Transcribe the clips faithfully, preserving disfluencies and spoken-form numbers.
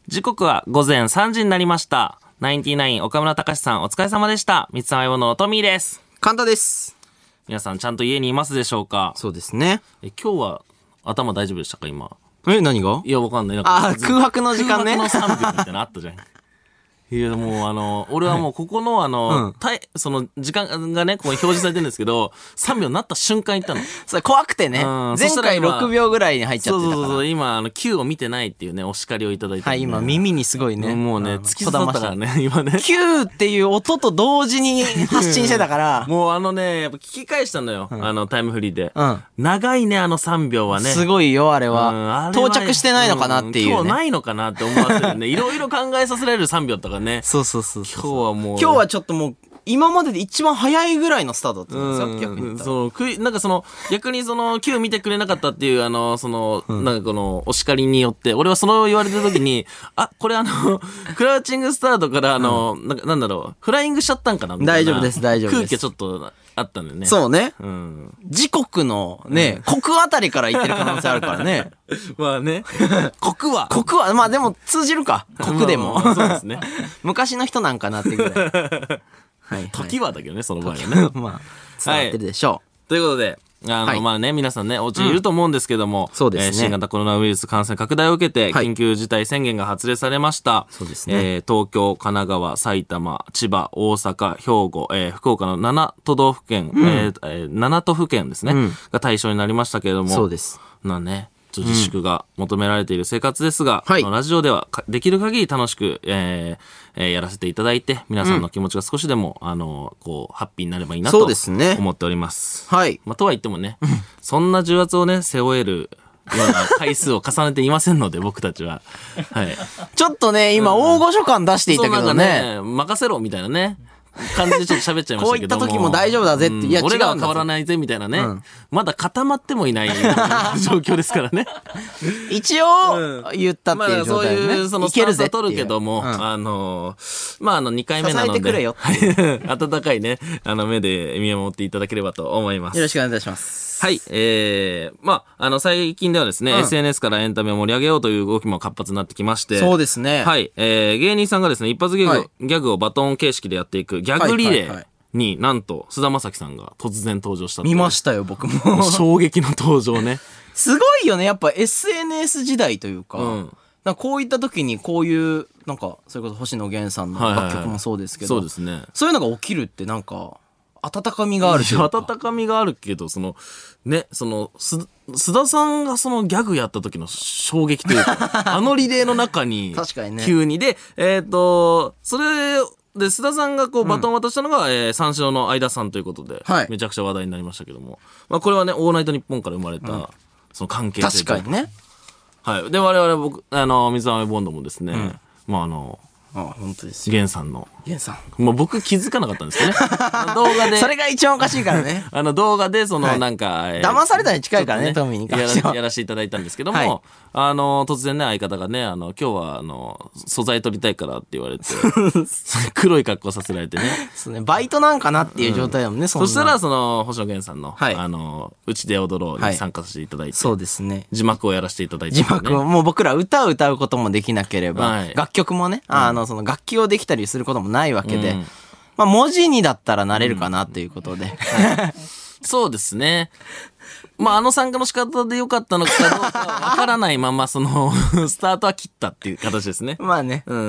時刻は午前さんじになりました。ナインティナイン岡村隆史さんお疲れ様でした。三つさん相棒のトミーです。 カンタです。 皆さんちゃんと家にいますでしょうか？ そうですね。 え今日は頭大丈夫でしたか今？ え、何が？ いやわかんない。なんかあ空白の時間ね。 空白のさんびょうみたいなのあったじゃん。いやもうあの俺はもうここのあの、はいうん、たいその時間がねここに表示されてるんですけどさんびょうになった瞬間言ったの。 それ怖くてね、うん、前回ろくびょうぐらいに入っちゃってたから。 そうそうそう今あのきゅうを見てないっていうねお叱りをいただいて、ね、 はい今耳にすごいねもうね突き刺さったからね今ねきゅうっていう音と同時に発信してたからもうあのねやっぱ聞き返したのよ、うん、あのタイムフリーで、 うん、 長いねあのさんびょうはねすごいよあれは、うん、あれは到着してないのかなっていう、ね、 今日ないのかなって思わせるねいろいろ考えさせられるさんびょうだったからね。 そうそうそう今日はもう今日はちょっともう今までで一番早いぐらいのスタートだったんですよ、逆に言ったら。 そうくなんかその逆にそのきゅう見てくれなかったっていうあのその、うん、なんかこのお叱りによって俺はその言われた時にあこれあのクラウチングスタートからあの、うん、なんかなんだろうフライングしちゃったんかなみたいな。 大丈夫です大丈夫です。 空気はちょっとあったんだよね。 そうね、 うん、 時刻のね、うん、国あたりから言ってる可能性あるからねまあね国は国はまあでも通じるか国でも、 まあ、そうですね昔の人なんかなってぐらいはいはい、 時はだけどねその場合はねまあ伝わってるでしょう、はい、 ということであの、はい、まあね皆さんねお家にいると思うんですけども、 うん、そうですね、 えー、新型コロナウイルス感染拡大を受けて緊急事態宣言が発令されました、 はい、そうですね、 えー、東京神奈川埼玉千葉大阪兵庫、えー、福岡のなな都道府県、うんえー、なな都府県ですね、うん、が対象になりましたけれどもそうですなね自粛が求められている生活ですが、 うん、 ラジオではできる限り楽しく、えーえー、やらせていただいて皆さんの気持ちが少しでも、うん、あのこうハッピーになればいいなと思っております。 はい。 まあ、とは言ってもねそんな重圧をね背負えるような回数を重ねていませんので僕たちは、はい、 ちょっとね今大御所感出していたけどね、 うん、ね任せろみたいなね感じでちょっと喋っちゃいましたけどもこういった時も大丈夫だぜって、うん、いや違う俺らは変わらないぜみたいなね、うん、まだ固まってもいない状況ですからね一応言ったっていう状態でね、まあ、そういうそのスタンスは取るけども、 うん、あのまああのにかいめなので支えてくれよ温かいねあの目で見守っていただければと思います。 よろしくお願いいたします。 はい、えー、まあ、あの、最近ではですね、うん、エスエヌエス からエンタメを盛り上げようという動きも活発になってきまして。 そうですね。 はい、えー、芸人さんがですね、一発ギャグ、はい、ギャグをバトン形式でやっていくギャグリレーに、なんと、菅田将暉さんが突然登場した。 見ましたよ、僕も。 衝撃の登場ね。 すごいよね、やっぱ エスエヌエス 時代というか、うん、なんかこういった時にこういう、なんか、それこそ星野源さんの楽曲もそうですけど、 はいはいはい、そうですね。 そういうのが起きるってなんか、温かみがあるというか。 温かみがあるけど、その、ね、その、す、須田さんがそのギャグやった時の衝撃というか、あのリレーの中に、 確かにね。 急に。で、えっ、ー、と、それで、須田さんがこうバトンを渡したのが、うん、えー、三四郎の相田さんということで、はい、めちゃくちゃ話題になりましたけども。まあこれはね、オールナイトニッポンから生まれた、うん、その関係性。 確かにね。 はい。で、我々僕、あの、水溜りボンドもですね、うん、まああの、 ああ本当ですよ。 源さんの。 源さん。もう僕気づかなかったんですよね。動画で。 それが一番おかしいからね。 あの動画で、そのなんか、はいえー、騙されたに近いからね、ねトミーに関しては。 やらせていただいたんですけども、はい、あの、突然ね、相方がね、あの、今日は、あの、素材撮りたいからって言われて、黒い格好させられてね。 そうね、バイトなんかなっていう状態だもんね、うん、そんな。 そしたら、その、星野源さんの、 はい、 あの、うちで踊ろうに参加させていただいて、はい、 そうですね。 字幕をやらせていただいて、 ね。字幕を、もう僕ら歌を歌うこともできなければ、はい、楽曲もね、うん、あの、その楽器をできたりすることもないわけで、うん、まあ文字にだったらなれるかなっていうことで。 うんはい、そうですね。まああの参加の仕方で良かったのかどうかわからないまま、その、スタートは切ったっていう形ですね。 まあね。 うん。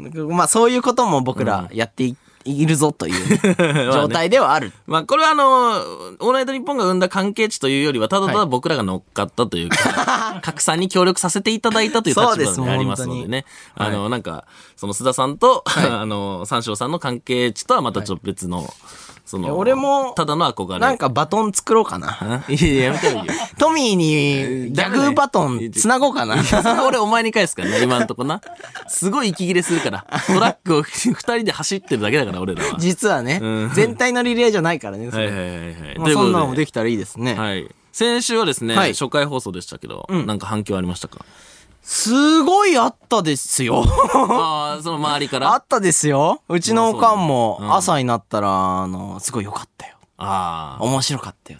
まあそういうことも僕らやっていって、いるぞという状態ではある。 まあ、ね、まあこれはあの、オールナイトニッポンが生んだ関係値というよりは、ただただ僕らが乗っかったというか、はい、拡散に協力させていただいたという立場でありますのでね。あの、はい、なんか、その須田さんと、はい、あの、三四郎さんの関係値とはまたちょっと別の、はいその俺もただの憧れなんかバトン作ろうかな。 いややめてもいいよ。 トミーにギャグバトンつなごうかな。 俺お前に返すからね今んとこな。すごい息切れするからトラックをふたりで走ってるだけだから俺らは。 実はね、うん、全体のリレーじゃないからね。 はいはいはいはい。 まあ、そんなのもできたらいいですね。 はい。先週はですね、はい、初回放送でしたけど、うん、なんか反響ありましたか？ すごいあったですよ。 ああ、その周りからあったですよ。うちのおかんも朝になったら、あの、すごい良かったよ。 ああ。 面白かったよ。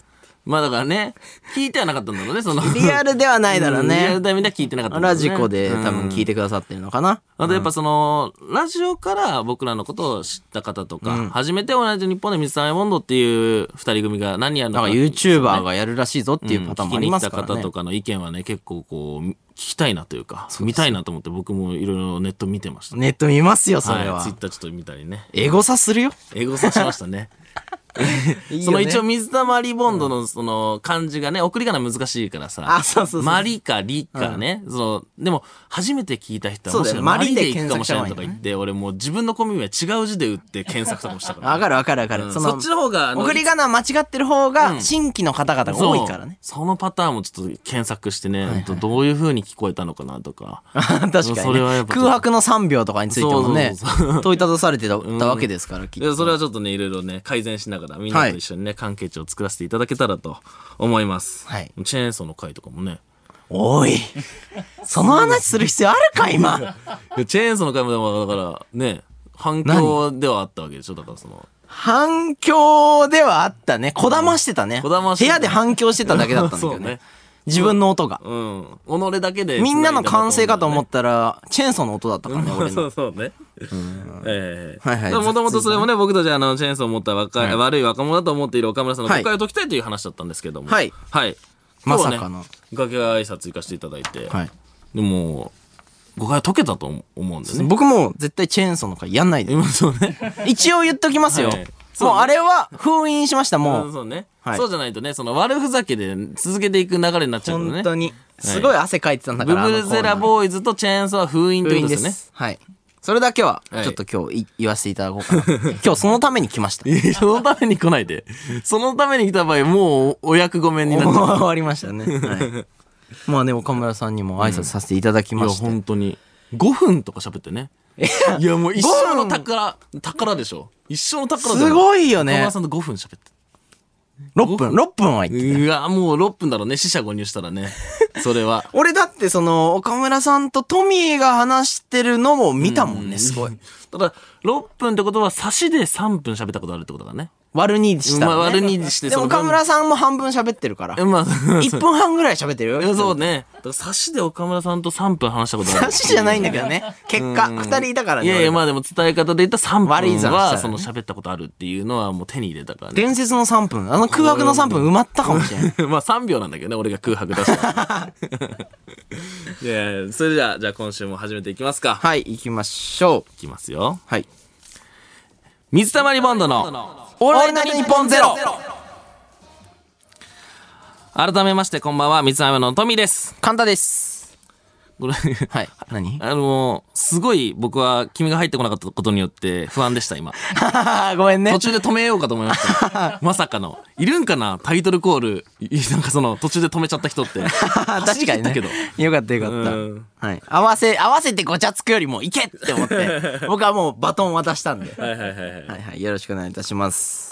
まあだからね、聞いてはなかったんだろうね、その。 リアルではないだろうね。 リアルタイムでは聞いてなかったんだろうね。 ラジコで多分聞いてくださってるのかな。 あとやっぱその、ラジオから僕らのことを知った方とか、初めて同じ日本で水溜りボンドっていう二人組が何やるのか。 なんか YouTuber がやるらしいぞっていうパターンもありますからね。 聞きに来た方とかの意見はね、結構こう、聞きたいなというか、見たいなと思って僕もいろいろネット見てました。 ネット見ますよ、それは。 ツイッターちょっと見たりね。 エゴサするよ。 エゴサしましたね。いいその一応水溜りボンドのその漢字がね、送り仮名難しいからさ。 あ、そうそうそう。 マリかリかね。その、でも初めて聞いた人はそうだよもしかマリで行くかもしれないとか言って、俺もう自分のコンビ名違う字で打って検索とかもしたから。 わかるわかるわかる。 そっちの方が、 送り仮名間違ってる方が新規の方々が多いからね。 そのパターンもちょっと検索してね、どういう風に聞こえたのかなとか。 確かに。それはやっぱ空白のさんびょうとかについてもね、問いただされてたわけですから、 きっと。それはちょっとね、いろいろね、改善しながらみんなと一緒にね、関係値を作らせていただけたらと思います。 はい。 チェーンソーの回とかもね。 おい。その話する必要あるか、今。 チェーンソーの回もでも、だからね、反響ではあったわけでしょ、だからその。 反響ではあったね。こだましてたね。 こだまして部屋で反響してただけだったんだけどね。自分の音が。 うん。己だけで。 みんなの歓声かと思ったら、チェーンソーの音だったからね、俺の。 そうそうね。ええ。はいはい。もともとそれもね、僕たちあの、チェーンソーを持った若い、悪い若者だと思っている岡村さんの誤解を解きたいという話だったんですけども。 はい。 はい。 まさかの。 楽屋挨拶行かせていただいて。はい。でも、誤解解けたと思うんですね。 僕も絶対チェーンソーの回やんないで。 そうね。 一応言っときますよ。もうあれは封印しました、もう。 そうね。そうじゃないとね、その悪ふざけで続けていく流れになっちゃうからね。 本当に。すごい汗かいてたんだから。 ブブゼラボーイズとチェーンソーは封印ってことですね。 はい。それだけは、ちょっと今日言わせていただこうかな。今日そのために来ました。 そのために来ないで。そのために来た場合、もうお役御免になっちゃう。 終わりましたね。はい。まあね、岡村さんにも挨拶させていただきました。 いや、本当に。ごふんとか喋ってね。いや、もう一生の宝、宝でしょ。一生の宝だよ。 すごいよね。 岡村さんとごふん喋って。 ろっぷん、ろっぷんは言ってた。 うわ、もうろっぷんだろうね。四捨五入したらね。それは。 俺だってその、岡村さんとトミーが話してるのも見たもんね、すごい。 ただ、ろっぷんってことは、差しでさんぷん喋ったことあるってことだね。 割るにしたら、ね。 割るにして。 でも岡村さんも半分喋ってるから。まあ、いっぷんはんぐらい喋ってるよ。 そうね。差しで岡村さんとさんぷん話したことある。 差しじゃないんだけどね。結果、ふたりいたからね。 いやいや、まあでも伝え方で言ったらさんぷんは、その喋ったことあるっていうのはもう手に入れたからね。 伝説のさんぷん。あの空白のさんぷん埋まったかもしれない。 まあさんびょうなんだけどね、俺が空白出した。いやそれじゃあ、じゃあ今週も始めていきますか。 はい、行きましょう。 いきますよ。 はい。 水溜りボンドのオールナイトニッポンゼロ。 改めましてこんばんは、水溜りのトミーです。 カンタです。 これはい。何あの、すごい僕は君が入ってこなかったことによって不安でした、今。 ごめんね。 途中で止めようかと思いました。まさかの。いるんかなタイトルコール。なんかその途中で止めちゃった人って。 確かにね。よかったよかった。はい。合わせ、合わせてごちゃつくよりもいけって思って、僕はもうバトン渡したんで。 はいはいはいはい。 はいはい。よろしくお願いいたします。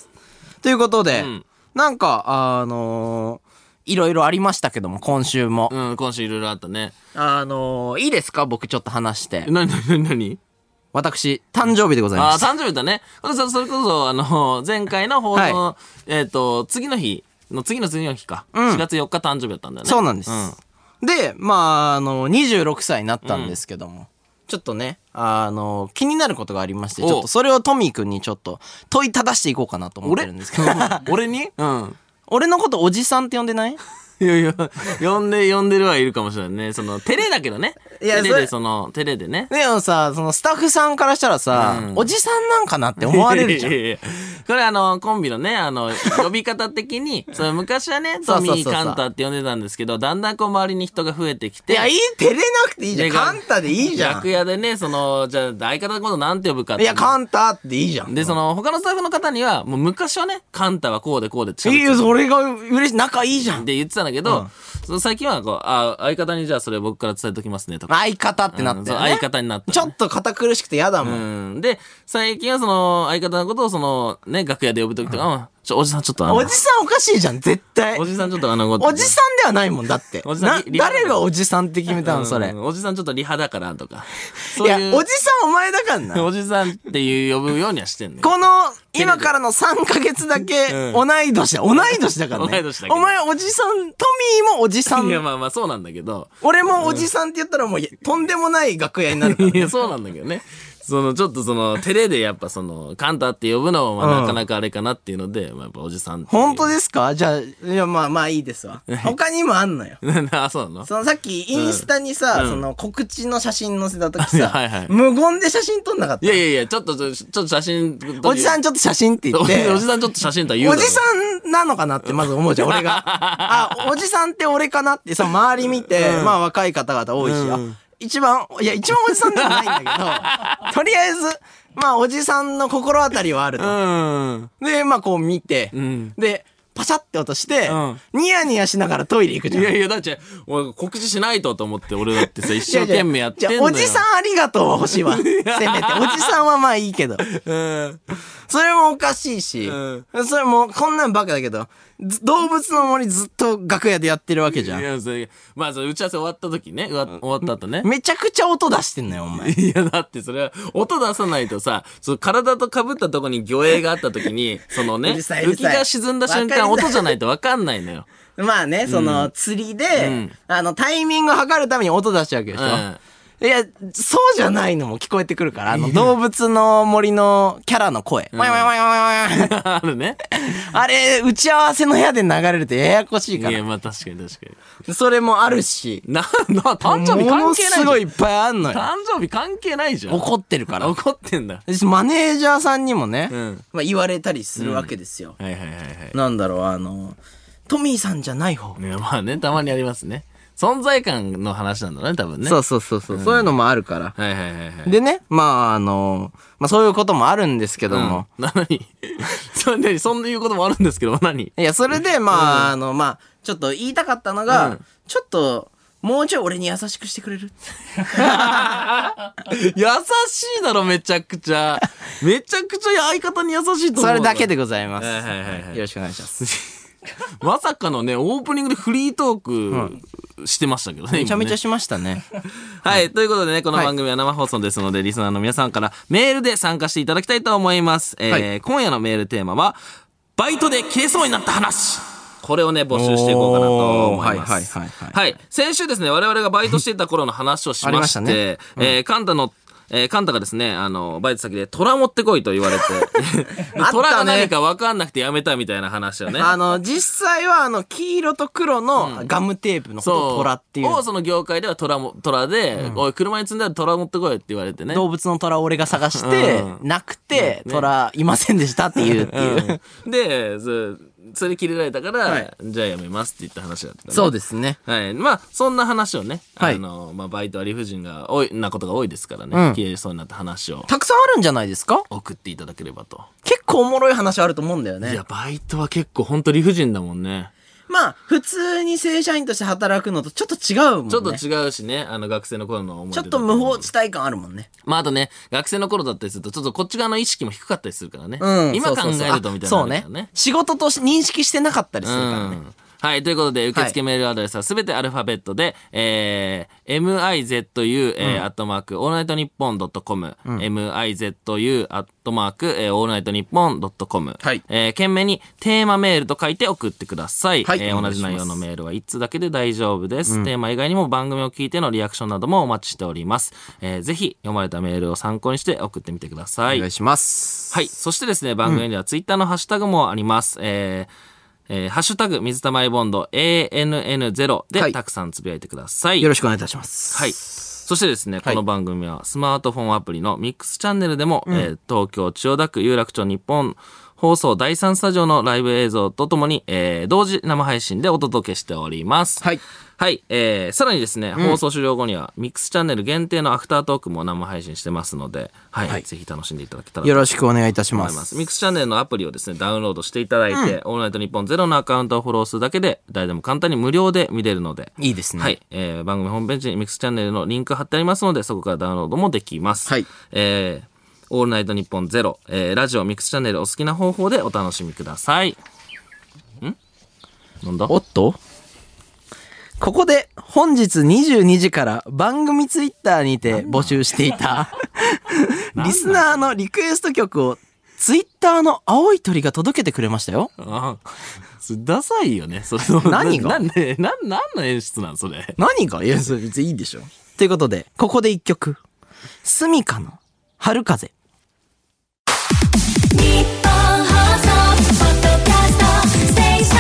ということで、うん、なんか、あのー、いろいろありましたけども、今週も。 うん、今週いろいろあったね。 あのー、いいですか僕ちょっと話して。 なになになに私、誕生日でございます。 あ、誕生日だね。それこそ、あの、前回の放送、はい、えっと、次の日の次の次の日か。うん、しがつよっか誕生日だったんだよね。 そうなんです。うん、で、まあ、あの、にじゅうろくさいになったんですけども、うん、ちょっとね、あの、気になることがありまして、ちょっとそれをトミーくんにちょっと問いただしていこうかなと思ってるんですけど。 俺にうん。 俺のことおじさんって呼んでない？ いやいや、呼んで、呼んでるはいるかもしれないね。その、テレだけどね。いや、テレで、その、テレでね。 でもさ、その、スタッフさんからしたらさ、うん、おじさんなんかなって思われるじゃん。いやいやいやこれあの、コンビのね、あの、呼び方的に、その昔はね、トミーカンタって呼んでたんですけど、だんだんこう周りに人が増えてきて。 いや、いい、照れなくていいじゃん。カンタでいいじゃん。 楽屋でね、その、じゃあ、相方のことなんて呼ぶかって。 いや、カンタっていいじゃん。 で、その、他のスタッフの方には、もう昔はね、カンタはこうでこうでって喋ってた。 いや、それが嬉しい、仲いいじゃん。 って言ってたんだけど、うん、最近はこう、あ、相方にじゃあそれ僕から伝えときますねとか。 相方ってなって、ね、 うん、相方になった、ね。 ちょっと堅苦しくて嫌だもん。 うん。で、最近はその、相方のことをその、ね、楽屋で呼ぶときとか、うん、 ちょ、おじさんちょっとあの。 おじさんおかしいじゃん、絶対。 おじさんちょっとあの、 おじさんではないもん、だって。 おじさんな、誰がおじさんって決めたの、それ。 おじさんちょっとリハだからとか。 いや、おじさんお前だからな。 おじさんっていう呼ぶようにはしてんねん。 この、今からのさんかげつだけ、同い年だ。同い年だからね。 同い年だけど。 お前おじさん、トミーもおじさん。 いや、まあまあそうなんだけど。 俺もおじさんって言ったらもう、とんでもない楽屋になるから、ね。 いや、そうなんだけどね。その、ちょっとその、照れでやっぱその、カンタって呼ぶのは、まあ、なかなかあれかなっていうので、まあ、やっぱおじさんって。 本当ですか？じゃあ、いや、まあまあいいですわ。他にもあんのよ。 あ、そうなの？ そのさっきインスタにさ、うん、その告知の写真載せた時さ、 はいはい、 無言で写真撮んなかった？ いやいやいや、ちょっと、ちょっと写真。 おじさんちょっと写真って言って。 おじさんちょっと写真とは言う。 おじさんなのかなってまず思うじゃん、俺が。あ、おじさんって俺かなってさ、周り見て、うん、まあ若い方々多いし、うん、一番、いや、一番おじさんでもないんだけど、とりあえず、まあ、おじさんの心当たりはあると。うん、で、まあ、こう見て、うん、で、パシャって落として、うん、ニヤニヤしながらトイレ行くじゃん。 いやいや、だって、俺告知しないとと思って、俺だってさ、一生懸命やってんのよ。 じゃあ、おじさんありがとうは欲しいわ。せめて。おじさんはまあいいけど。うん、それもおかしいし、うん、それも、こんなんバカだけど、動物の森ずっと楽屋でやってるわけじゃん。 いや、それ、まあ、それ打ち合わせ終わった時ね、終わった後ね。 めちゃくちゃ音出してんのよ、お前。 いや、だってそれは、音出さないとさ、その体と被ったとこに魚影があった時に、そのね、浮きが沈んだ瞬間、音じゃないと分かんないのよ。 まあね、その、釣りで、うん、あの、タイミングを測るために音出しちゃうわけでしょ。うんいや、そうじゃないのも聞こえてくるから、あの、動物の森のキャラの声。ワイワイワイワイワイワイ。 あるね。 あれ、打ち合わせの部屋で流れるとややこしいから。 いや、まあ確かに確かに。それもあるし。 な、な、誕生日関係ないじゃん。ものすごいいっぱいあんのよ。 誕生日関係ないじゃん。 怒ってるから。 怒ってんだ。 マネージャーさんにもね、うん、まあ言われたりするわけですよ。 うん、はいはいはいはい。 なんだろう、あの、トミーさんじゃない方。 いや、まあね、たまにありますね。存在感の話なんだね、多分ね。 そうそうそうそう、うん、そういうのもあるから。 はいはいはいはい。 でね、まああの、まあそういうこともあるんですけども。 うん、何そんな、そんいうこともあるんですけども、何いや、それで、まあ、うん、あの、まあ、ちょっと言いたかったのが、うん、ちょっと、もうちょい俺に優しくしてくれる優しいだろ、めちゃくちゃ。めちゃくちゃ相方に優しいと思う。 それだけでございます。 はいはいはいはい。 よろしくお願いします。 まさかのね、オープニングでフリートークしてましたけどね。 めちゃめちゃしましたね。 はい、ということでね、この番組は生放送ですので、リスナーの皆さんからメールで参加していただきたいと思います。えーはい、今夜のメールテーマは、バイトで消えそうになった話。これをね、募集していこうかなと思います。はいはいはいはい。はい。先週ですね、我々がバイトしていた頃の話をしまして、ねうん、えー、カンタのえー、カンタがですね、あの、バイト先で虎持ってこいと言われて、虎が何か分かんなくてやめたみたいな話をね。 あの、実際はあの、黄色と黒のガムテープのことを虎っていう。 を、その業界では虎も、虎で、うん、おい、車に積んだら虎持ってこいって言われてね。 動物の虎を俺が探して、うん、なくて、ね、虎いませんでしたっていうっていう。 うん、で、そそれ切れられたから、はい、じゃあやめますって言った話だった、ね。 そうですね。 はい。まあ、そんな話をね、はい、あの、まあ、バイトは理不尽が多い、なことが多いですからね、うん、切れそうになった話を。 たくさんあるんじゃないですか？ 送っていただければと。 結構おもろい話あると思うんだよね。 いや、バイトは結構ほんと理不尽だもんね。 まあ、普通に正社員として働くのとちょっと違うもんね。 ちょっと違うしね、あの学生の頃の思い出。 ちょっと無法地帯感あるもんね。 まあ、あとね、学生の頃だったりすると、ちょっとこっち側の意識も低かったりするからね。うん。今考えるとみたいな、ね。 そうね。仕事として認識してなかったりするからね。 うんはい。ということで、受付メールアドレスはすべてアルファベットで、えー、エムアイゼットユー、えー、アットマーク、オールナイトニッポンドットコム、エムアイゼットユー、アットマーク、えー、オールナイトニッポンドットコム、はい。えー、懸命にテーマメールと書いて送ってください。はい。えー、同じ内容のメールはいっつだけで大丈夫です。うん、テーマ以外にも番組を聞いてのリアクションなどもお待ちしております。えー、ぜひ読まれたメールを参考にして送ってみてください。 お願いします。 はい。そしてですね、番組ではツイッターのハッシュタグもあります。うん、えーえー、ハッシュタグ、水溜りボンド エーエヌエヌゼロ でたくさんつぶやいてください。はい、 よろしくお願いいたします。 はい。そしてですね、この番組はスマートフォンアプリのミックスチャンネルでも、うん、えー、東京千代田区有楽町日本放送だいさんスタジオのライブ映像とともに、えー、同時生配信でお届けしております。はい。はい。えー、さらにですね、うん、放送終了後にはミックスチャンネル限定のアフタートークも生配信してますので、はい。はい、ぜひ楽しんでいただけたらとよろしくお願いいたします。 ミックスチャンネルのアプリをですね、ダウンロードしていただいて、うん、オールナイトニッポンゼロのアカウントをフォローするだけで、誰でも簡単に無料で見れるので。 いいですね。 はい。えー、番組ホームページにミックスチャンネルのリンク貼ってありますので、そこからダウンロードもできます。はい。えー、 オールナイトニッポンゼロ、えー、ラジオミックスチャンネルお好きな方法でお楽しみください。んなんだおっとここで本日にじゅうにじから番組ツイッターにて募集していたリスナーのリクエスト曲をツイッターの青い鳥が届けてくれましたよ。 ああ、それダサいよね。それの何がなんで、な、なんの演出なんそれ。 何がいや、それ別にいいでしょ。ということで、ここで一曲。スミカの春風。 日本放送ポッドキャストステーション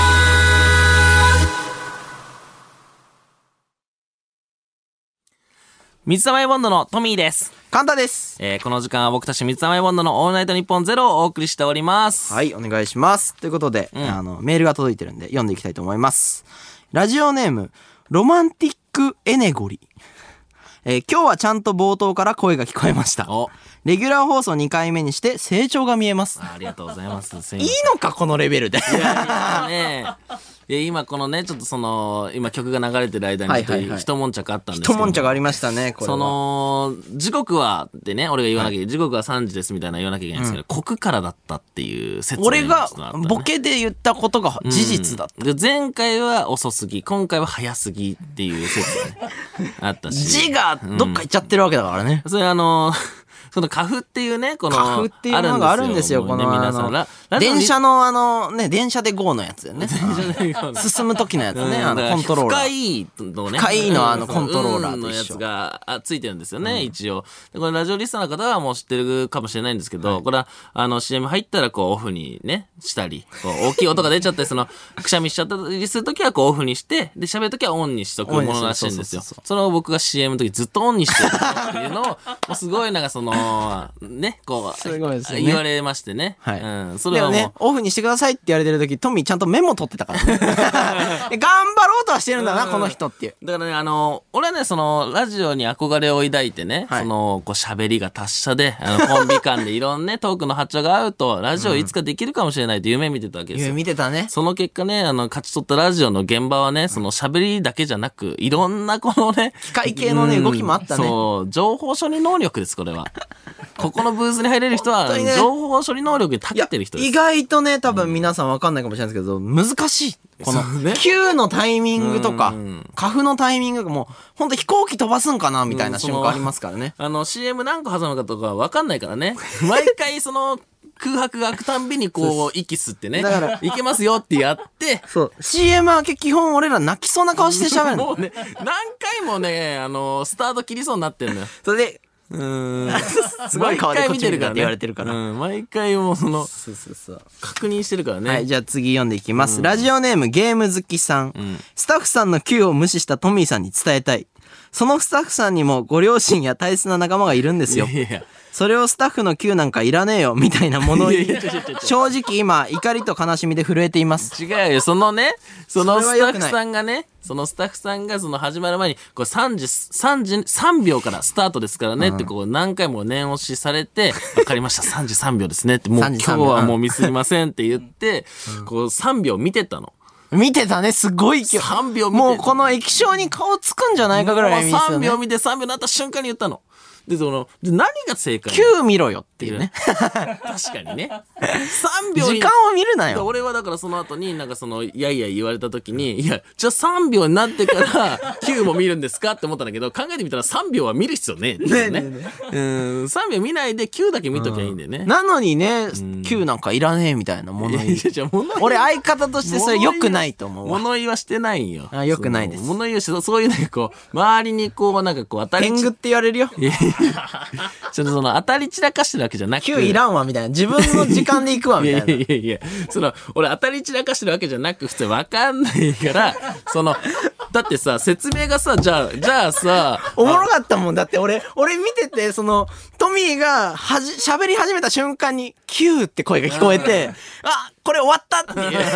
水溜りボンドのトミーです。 カンタです。 えー、この時間は僕たち水溜りボンドのオールナイトニッポンゼロをお送りしております。 はい、お願いします。ということで、 うん、 あの、メールが届いてるんで読んでいきたいと思います。ラジオネーム、ロマンティックエネゴリ。えー、今日はちゃんと冒頭から声が聞こえました。 おレギュラー放送にかいめにして成長が見えます。 あ, ありがとうございます。すいいいのかこのレベルで。 いやいやねいや今このねちょっとその今曲が流れてる間にちょっと、はいはいはい、一悶着あったんですけど一悶着ありましたね。これはその時刻はってね俺が言わなきゃ、はい、時刻はさんじですみたいな言わなきゃいけないんですけど、うん、刻からだったっていう説明、 俺がボケで言ったことが事実だった、 うん、で前回は遅すぎ今回は早すぎっていう説が、ね、あったし字がどっか行っちゃってるわけだからね、 うん、それあのその花粉っていうね、この、 花粉っていうのがあるんですよ、この、皆さん。ラ電車のあの、ね、電車で ゴー のやつだよね。進む時のやつね、あの、コントローラー。 深いのね。 深いのあの、コントローラーとのや一緒。 つがついてるんですよね、一応。でこれラジオリスナーの方はもう知ってるかもしれないんですけど、これは、あの、シーエム 入ったらこう、オフにね、したり、こう、大きい音が出ちゃって、その、くしゃみしちゃったりするときはこう、オフにして、で、喋るときはオンにしとくものらしいんですよ。それを僕が シーエム の時ずっとオンにしてるっていうのを、もうすごいなんかその、ね、こう、 すごいですよね、 言われましてね。 はい。 うん。それはもうね、オフにしてくださいって言われてる時、トミーちゃんとメモ取ってたからね。頑張ろうとはしてるんだな、この人っていう。 だからね、あの、俺はね、その、ラジオに憧れを抱いてね、はい、その、こう、喋りが達者で、あの、コンビ間でいろんなね、トークの波長が合うと、ラジオいつかできるかもしれないと夢見てたわけですよ。 夢見てたね。 その結果ね、あの、勝ち取ったラジオの現場はね、その喋りだけじゃなく、いろんなこのね、 機械系のね、動きもあったね。 そう、情報処理能力です、これは。ここのブースに入れる人は、ね、情報処理能力に長けてる人です。 意外とね、多分皆さんわかんないかもしれないですけど、難しい。この、Q のタイミングとか、花粉のタイミングがもう、ほんと飛行機飛ばすんかなみたいな瞬間ありますからね。 あの、シーエム 何個挟むかとかわかんないからね。毎回その、空白が空くたんびにこう、息吸ってね。だから、いけますよってやって。 そう。シーエム は基本俺ら泣きそうな顔して喋るの。 もうね、何回もね、あの、スタート切りそうになってんのよ。 それで、 うーん。 すごい顔でこっち見るからって言われてるから。 うん。毎回もうその、 そうそうそう。 確認してるからね。 はい、じゃあ次読んでいきます。うん、ラジオネームゲーム好きさん。うん、スタッフさんの Q を無視したトミーさんに伝えたい。そのスタッフさんにもご両親や大切な仲間がいるんですよ。いやいやそれをスタッフの Q なんかいらねえよ、みたいなものを言い、正直今、怒りと悲しみで震えています。 違うよ、そのね、そのスタッフさんがね、そのスタッフさんがその始まる前に、こうさんじ、さんじ、さんびょうからスタートですからねってこう何回も念押しされて、わかりました、さんじさんびょうですねって、もう今日はもうミスりませんって言って、こうさんびょう見てたの。 見てたね、すごい勢い。 さんびょう見てもうこの液晶に顔つくんじゃないかぐらい見てたね。 さんびょう見てさんびょうになった瞬間に言ったの。で、その、で何が正解 ?Q 見ろよっていうね。 確かにね。さんびょう時間を見るなよ。 俺はだからその後になんかその、いやいや言われた時に、いや、じゃあさんびょうになってから Q も見るんですかって思ったんだけど、考えてみたらさんびょうは見る必要ねえ。ねえねえ。うん、さんびょう見ないで Q だけ見ときゃいいんだよね。 なのにね、Q なんかいらねえみたいな物言い。俺相方としてそれ良くないと思うわ。 物言いはしてないよ。 あ、良くないです。 物言いはして、そういうね、こう、周りにこう、なんかこう当たり。 天狗って言われるよ。 ちょっとその当たり散らかしてるわけじゃなくて。 Q いらんわみたいな。自分の時間で行くわみたいな。 いやいやいやその、俺当たり散らかしてるわけじゃなく、普通わかんないから、その、だってさ、説明がさ、じゃあ、じゃあさ、 おもろかったもん。だって俺、俺見てて、その、トミーがはじ、喋り始めた瞬間に、Q って声が聞こえて、あ、これ終わったっていう。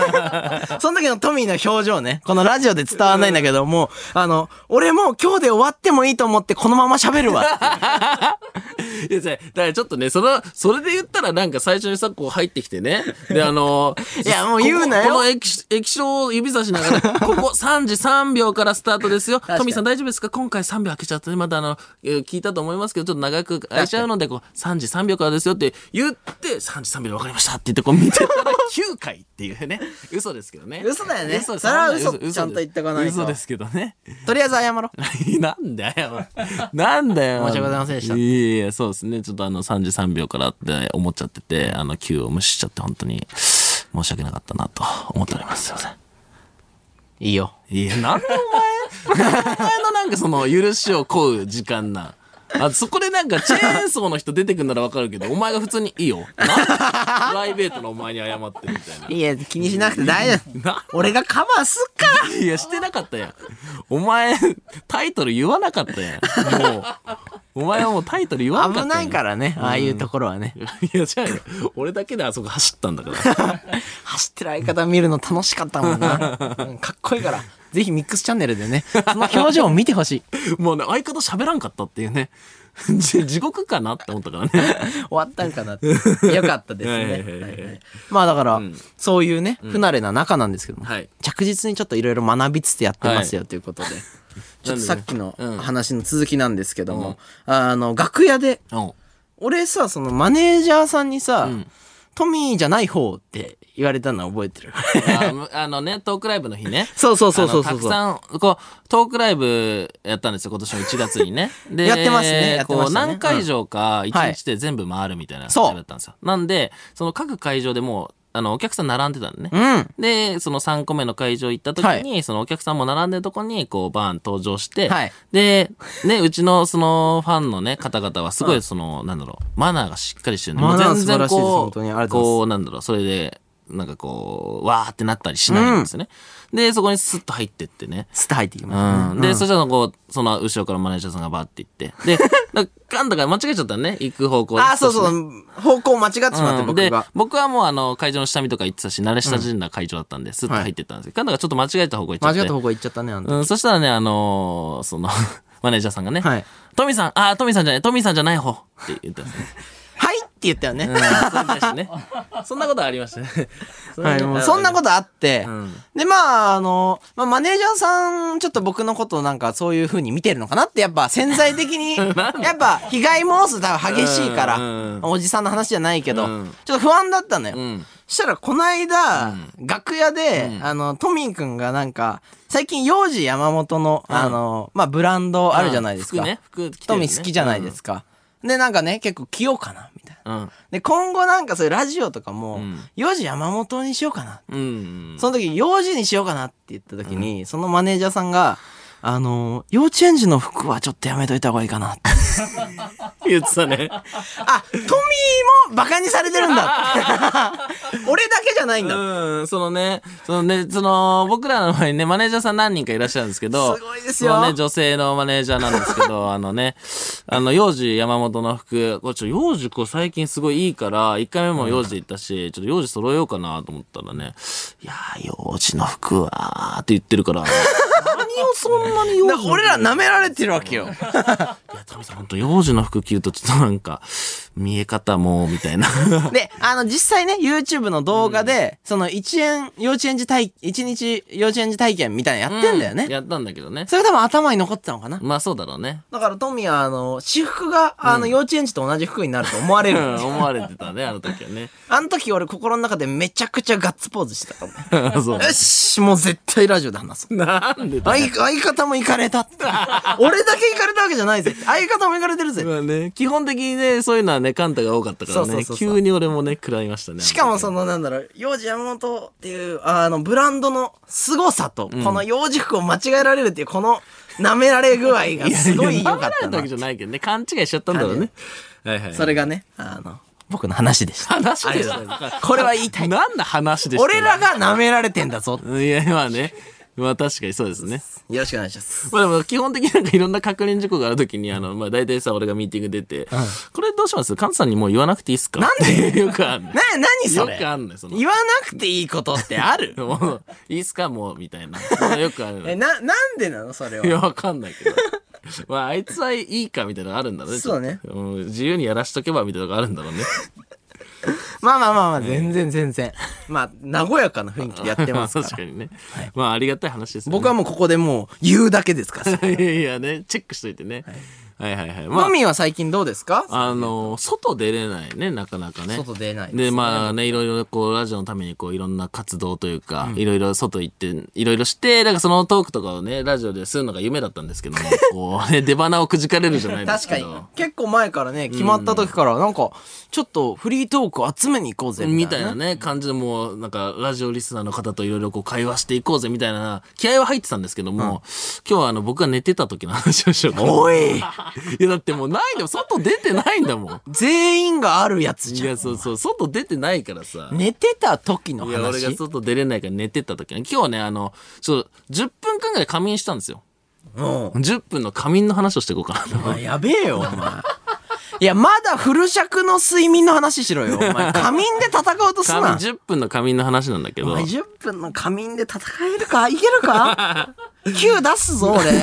その時のトミーの表情ね。このラジオで伝わんないんだけども、あの、俺も今日で終わってもいいと思ってこのまま喋るわって。 いや、じゃあだからちょっとね、その、それで言ったらなんか最初にさ、こう入ってきてね。で、あのー、 いやもう言うなよこここの液液晶を指差しながら、ここさんじさんびょうからスタートですよ。トミーさん大丈夫ですか？今回さんびょう開けちゃってね、またあの、えー聞いたと思いますけど、ちょっと長く開いちゃうので、こう、さんじさんびょうからですよって言って、さんじさんびょうで分かりましたって言って、こう見てたらきゅうかいっていうね。嘘ですけどね。 嘘だよね嘘ですそれは嘘ですちゃんと言ってかないと嘘ですけどね。 とりあえず謝ろう。 なんだよ。なんだよ。 申し訳ございませんでしたいやいや、そうですね。ちょっとあの、さんじさんびょうからって思っちゃってて、あの、きゅうを無視しちゃって本当に申し訳なかったなと思っております。すいません。 いいよ。 いや、なんでお前、お前のなんかその、許しを請う時間な。あ、そこでなんかチェーンソーの人出てくんならわかるけど、お前が普通にいいよ。なんでプライベートのお前に謝ってるみたいな。 いや、気にしなくて大丈夫。 な俺がカバーすっかいや、してなかったやん。お前、タイトル言わなかったやん。もう、お前はもうタイトル言わなかったやん。 危ないからね、ああいうところはね。 いや、じゃあ、俺だけであそこ走ったんだから。 走ってる相方見るの楽しかったもんな。うんかっこいいから。ぜひミックスチャンネルでね、その表情を見てほしい。 もうね、相方喋らんかったっていうね。じ地獄かなって思ったからね。 終わったんかなって。よかったですはいね。 はいはいはいはいはいまあだから、そういうね、不慣れな仲なんですけども、 はい着実にちょっといろいろ学びつつやってますよということで。ちょっとさっきの話の続きなんですけども、あの、楽屋で、 うん。 俺さ、そのマネージャーさんにさ、トミーじゃない方って言われたの覚えてるあむあのね、トークライブの日ね。 そうそうそうそうそうあのたくさん、こう、トークライブやったんですよ、今年のいちがつにね。で、 やってますねやってましたねこう、何会場かいちにちで全部回るみたいなそうだったんですよ。なんで、その各会場でもう、あの、お客さん並んでたのね。 うん。 で、そのさんこめの会場行った時に、そのお客さんも並んでるとこに、こう、バーン登場して、 はいで、ね、うちのそのファンのね、方々はすごいその、なんだろう、マナーがしっかりしてるんで、 マナーもう全然素晴らしいですこ本当にありがう、 とうございますこう、なんだろう、それで、なんかこう、わーってなったりしないんですよね。で、そこにスッと入ってってね。 スタ入ってきまうん。で、そしたらこう、その後ろからマネージャーさんがバーって行って。で、なんか、なんだか間違えちゃったのね、行く方向す。あ、そうそ少しねう。方向間違ってしまって、 うんで僕が。 僕はもうあの会場の下見とか行ってたし慣れ親しんだ会場だったんでスッと入ってったんですけど、なんだかちょっと間違えた方向行っちゃって間違った方向行っちゃったね、あの時。 うん、そしたらねあのーそのマネージャーさんがね、 はいトミーさんあトミーさんじゃないトミーさんじゃない方って言ったんですねはいって言ったよね。 うん、それに対してねそんなことありましたねはい、もうそんなこととあって、 んで、まあ、あの、まあ、マネージャーさん、ちょっと僕のことをなんかそういう風に見てるのかなって、やっぱ潜在的に、やっぱ被害妄想多分激しいから、 うんおじさんの話じゃないけど、 うんちょっと不安だったのよ。 うんしたら、この間、楽屋で、 うんあの、トミーくんがなんか、最近、幼児山本の、あの、まあ、ブランドあるじゃないですか。 服ね服着てるトねミー好きじゃないですか。で、なんかね、結構着ようかな、みたいな。 うんで、今後なんかそういうラジオとかも、 うん幼児山本にしようかな。 うんその時、幼児にしようかなって言った時に、そのマネージャーさんが、あのー幼稚園児の服はちょっとやめといた方がいいかなって。 言ってたねあ、トミーもバカにされてるんだ俺だけじゃないんだ。 うん、そのね、そのね、その、僕らの前にね、マネージャーさん何人かいらっしゃるんですけど、 すごいですよそのね、女性のマネージャーなんですけど、あのね、あの、幼児山本の服、これちょ、幼児こう最近すごいいいから、一回目も幼児で行ったし、ちょっと幼児揃えようかなと思ったらね、いやー、幼児の服はーって言ってるから、何をそんなに幼児の服だ俺ら舐められてるわけよ。 いや、トミさん、本当幼児の服着るとちょっとなんか、見え方も、みたいな。 で、あの、実際ね、YouTube の動画で、その一円、幼稚園児体、一日幼稚園児体験みたいなのやってんだよね。 やったんだけどね。 それが多分頭に残ってたのかな。 まあそうだろうね。 だからトミーは、あの、私服が、あの、幼稚園児と同じ服になると思われる。 うん、思われてたね、あの時はね。 あの時俺心の中でめちゃくちゃガッツポーズしてたからね。 そう。 よし、もう絶対ラジオで話そう。 なんでだよ相相方も行かれたって。俺だけ行かれたわけじゃないぜ。相方も行かれてるぜ。 まあね、基本的にね、そういうのはね、カンタが多かったからねそうそうそう、そう急に俺もね、食らいましたね。 しかもその、 のなんだろう、幼児山本っていう、あの、ブランドの凄さと、この幼児服を間違えられるっていう、この舐められ具合がすごい良かったなられたわけ。じゃないけどね、勘違いしちゃったんだろうね。はいはい。 それがね、あの、僕の話でした。 話です。 これは言いたい。 なんだ話でした俺らが舐められてんだぞ。 いや、まあね。まあ確かにそうですね。 よろしくお願いします。 まあでも基本的になんかいろんな確認事項があるときに、あの、まあ大体さ、俺がミーティング出て、これどうしますカンさんにもう言わなくていいっすかなんでよくあんの。 な、何それよくあんのよ、その。 言わなくていいことってあるもういいっすかもう、みたいな。そんなよくあるの。 え、な、なんでなのそれは。 いや、わかんないけど。 まあ、あいつはいいかみたいなのがあるんだろうね。 そうねちょっと。うん自由にやらしとけばみたいなのがあるんだろうね。 まあまあまあまあ、全然全然。まあ、和やかな雰囲気でやってますから。 確かにね。まあ、ありがたい話ですね。 僕はもうここでもう言うだけですから。 いやいやね、チェックしといてね。はい、はい、はいはい。まあマ、ミーは最近どうですか？ あの、外出れないね、なかなかね。 外出ないですで、 ねまあね、いろいろこう、ラジオのためにこう、いろんな活動というか、いろいろ外行って、いろいろして、だからそのトークとかをね、ラジオでするのが夢だったんですけども、こうね、出花をくじかれるじゃないです確かにけど。。 結構前からね、決まった時から、なんか、ちょっとフリートークを集めに行こうぜ、 みみたいな。 たいなね、感じでもう、なんか、ラジオリスナーの方といろいろこう、会話していこうぜ、みたいな、気合は入ってたんですけども、今日はあの、僕が寝てた時の話をしようかな。 おいいや、だってもうないんだよ。外出てないんだもん。 全員があるやつじゃん。 いや、そうそう、外出てないからさ。 寝てた時のいや、俺が話。 外出れないから寝てた時ね。今日はね、あの、ちょっと、じゅっぷんかんぐらい仮眠したんですよ。 うん。 じゅっぷんの仮眠の話をしていこうかなと。 お前やべえよ、お前。いや、まだフル尺の睡眠の話しろよ。お前、仮眠で戦おうとすな。 仮眠じゅっぷんの仮眠の話なんだけど。 お前じゅっぷんの仮眠で戦えるかいけるか ?きゅう 出すぞ、俺。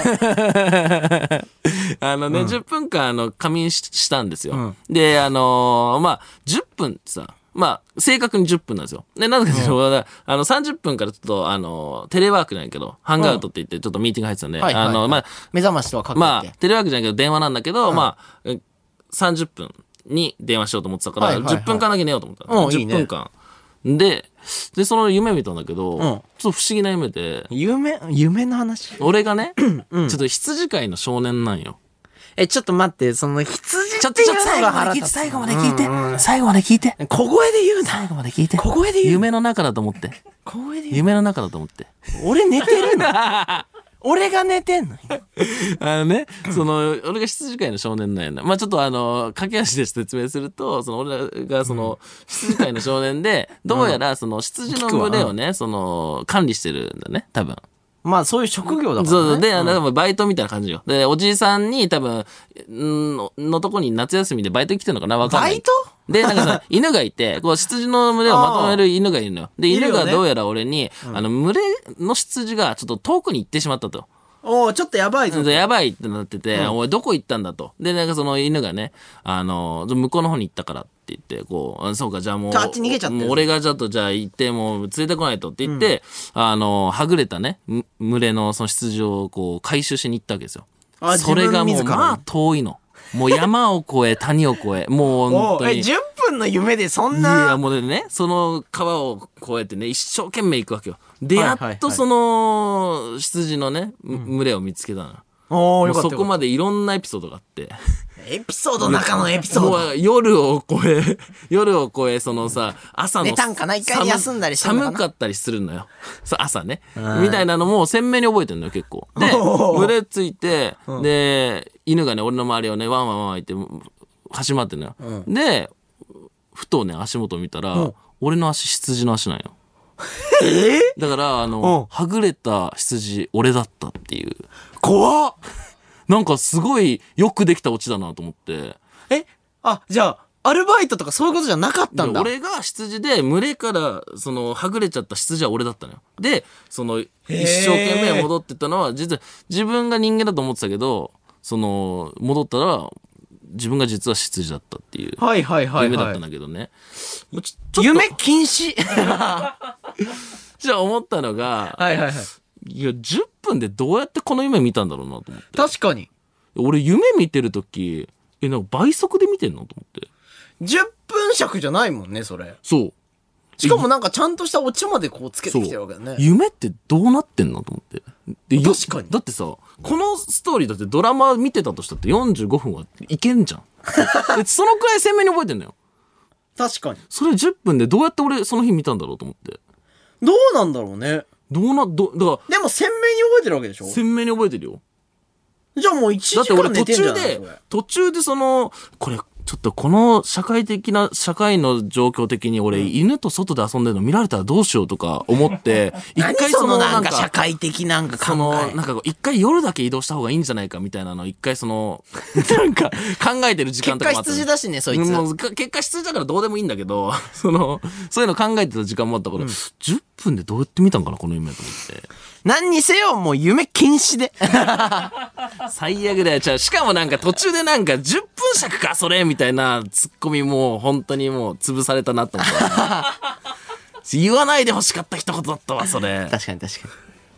あのね、じゅっぷんかんあの仮眠ししたんですよ。で、あのーまあ、じゅっぷんってさ、まあ、正確にじゅっぷんなんですよ。で、なんだけど、あの、さんじゅっぷんからちょっと、あの、テレワークなんやけど、ハンガウトって言って、ちょっとミーティング入ってたんで、 はいはいはいあの、まあ、 目覚ましとはかけて。 まあ、テレワークじゃないけど、電話なんだけど、まあ、えさんじゅっぷんに電話しようと思ってたから、 はいはいはいじゅっぷんかんだけ寝ようと思ったの。10 うんいいね分間。で、で、その夢見たんだけど、 んちょっと不思議な夢で、 夢、夢の話俺がね、ちょっと羊飼いの少年なんよ。 え、ちょっと待って、その羊ちょっと、 っていうちょっと最のが腹立つ。 後まで聞いて、最後まで聞いて、最後まで聞いて。 小声で言うな。 最後まで聞いて。 小声で言う。 夢の中だと思って。 小声で言う。 夢の中だと思って。 俺寝てるの俺が寝てんのあのね、その、俺が羊飼いの少年なんやな。まあちょっとあの、駆け足で説明すると、その、俺らがその、羊飼いの少年で、どうやらその羊の群れをね、その、管理してるんだね、多分。 まあそういう職業だからね。 そうそう。で、あの、バイトみたいな感じよ。で、おじいさんに多分、んののとこに夏休みでバイト来てるのかなわかんない。 バイトで、なんかさ、犬がいて、こう、羊の群れをまとめる犬がいるのよ。で、犬いるよねがどうやら俺に、あの、群れの羊がちょっと遠くに行ってしまったと。 おーちょっとやばいぞ。 やばいってなってて、おい、どこ行ったんだと。で、なんかその犬がね、あの、向こうの方に行ったからって言って、こう、あそうか、じゃあもう、 あっち逃げちゃってるもう俺がちょっとじゃあ行って、もう連れてこないとって言って、あの、はぐれたね、む群れのその羊をこう、回収しに行ったわけですよ。 あそれがもう、 自分自らまあ遠いの。もう山を越え、谷を越え、もう本おーえ、 当に。 じゅっぷんの夢でそんいや、 な。 もうね、その川を越えてね、一生懸命行くわけよ。で、やはいはいはいっとその、羊のね、群れを見つけたのよ。 おーもうよかった。 そこまでいろんなエピソードがあって。 エピソードの中のエピソード。 もう夜を越え、夜を越え、そのさ、朝の。 寝たんかな一回寒休んだりしてんのかな寒かったりするのよ。そう朝ね。みたいなのも鮮明に覚えてるのよ、結構。で、 おー群れついて、で、犬がね、俺の周りをね、ワンワンワンワン言って、走り回ってんのよ。で、ふとね、足元見たら、俺の足、羊の足なんよ。 えだから、あの、はぐれた羊、俺だったっていう。 怖っなんかすごいよくできたオチだなと思って。 えあ、じゃあ、アルバイトとかそういうことじゃなかったんだ。 で俺が羊で、群れから、その、はぐれちゃった羊は俺だったのよ。で、その、一生懸命戻ってったのは、実は、自分が人間だと思ってたけど、その、戻ったら、自分が実は羊だったっていう、 はいはいはい、はい。 夢だったんだけどね。ちょちょっと夢禁止じゃあ思ったのが、 はいはいはい。 いや、じゅっぷんでどうやってこの夢見たんだろうなと思って。 確かに。 俺夢見てるとき、え、なんか倍速で見てんのと思って。 じゅっぷん尺じゃないもんね、それ。 そう。 しかもなんかちゃんとしたオチまでこうつけてそうきてるわけだね。 夢ってどうなってんのと思って。でよ確かにだってさ、このストーリーだってドラマ見てたとしたってよんじゅうごふんはいけんじゃん。でそのくらい鮮明に覚えてんのよ。 確かに。 それじゅっぷんでどうやって俺その日見たんだろうと思って。 どうなんだろうね。 どうな、ど、だかでも鮮明に覚えてるわけでしょら鮮明に覚えてるよ。 じゃあもういちじだって俺途かん寝てんじゃ中でないそれ、 途中でその、これ、ちょっとこの社会的な、社会の状況的に俺、犬と外で遊んでるの見られたらどうしようとか思って、一何回そのそのななんか、 んか社会的なんか考その、 え。 なんかこう一回夜だけ移動した方がいいんじゃないかみたいなのを一回その、なんか考えてる時間結果とかもあったの。 羊だしね、そいつ。 もうか結果羊だからどうでもいいんだけど、その、そういうの考えてた時間もあったから、じゅっぷんでどうやって見たんかなこの夢と思って。 何にせよもう夢禁止で。 最悪だよ。ちゃうしかもなんか途中でなんかじゅっぷん尺かそれみたいなツッコミもう本当にもう潰されたなと思った。言わないで欲しかった一言だったわそれ。 確かに確かに。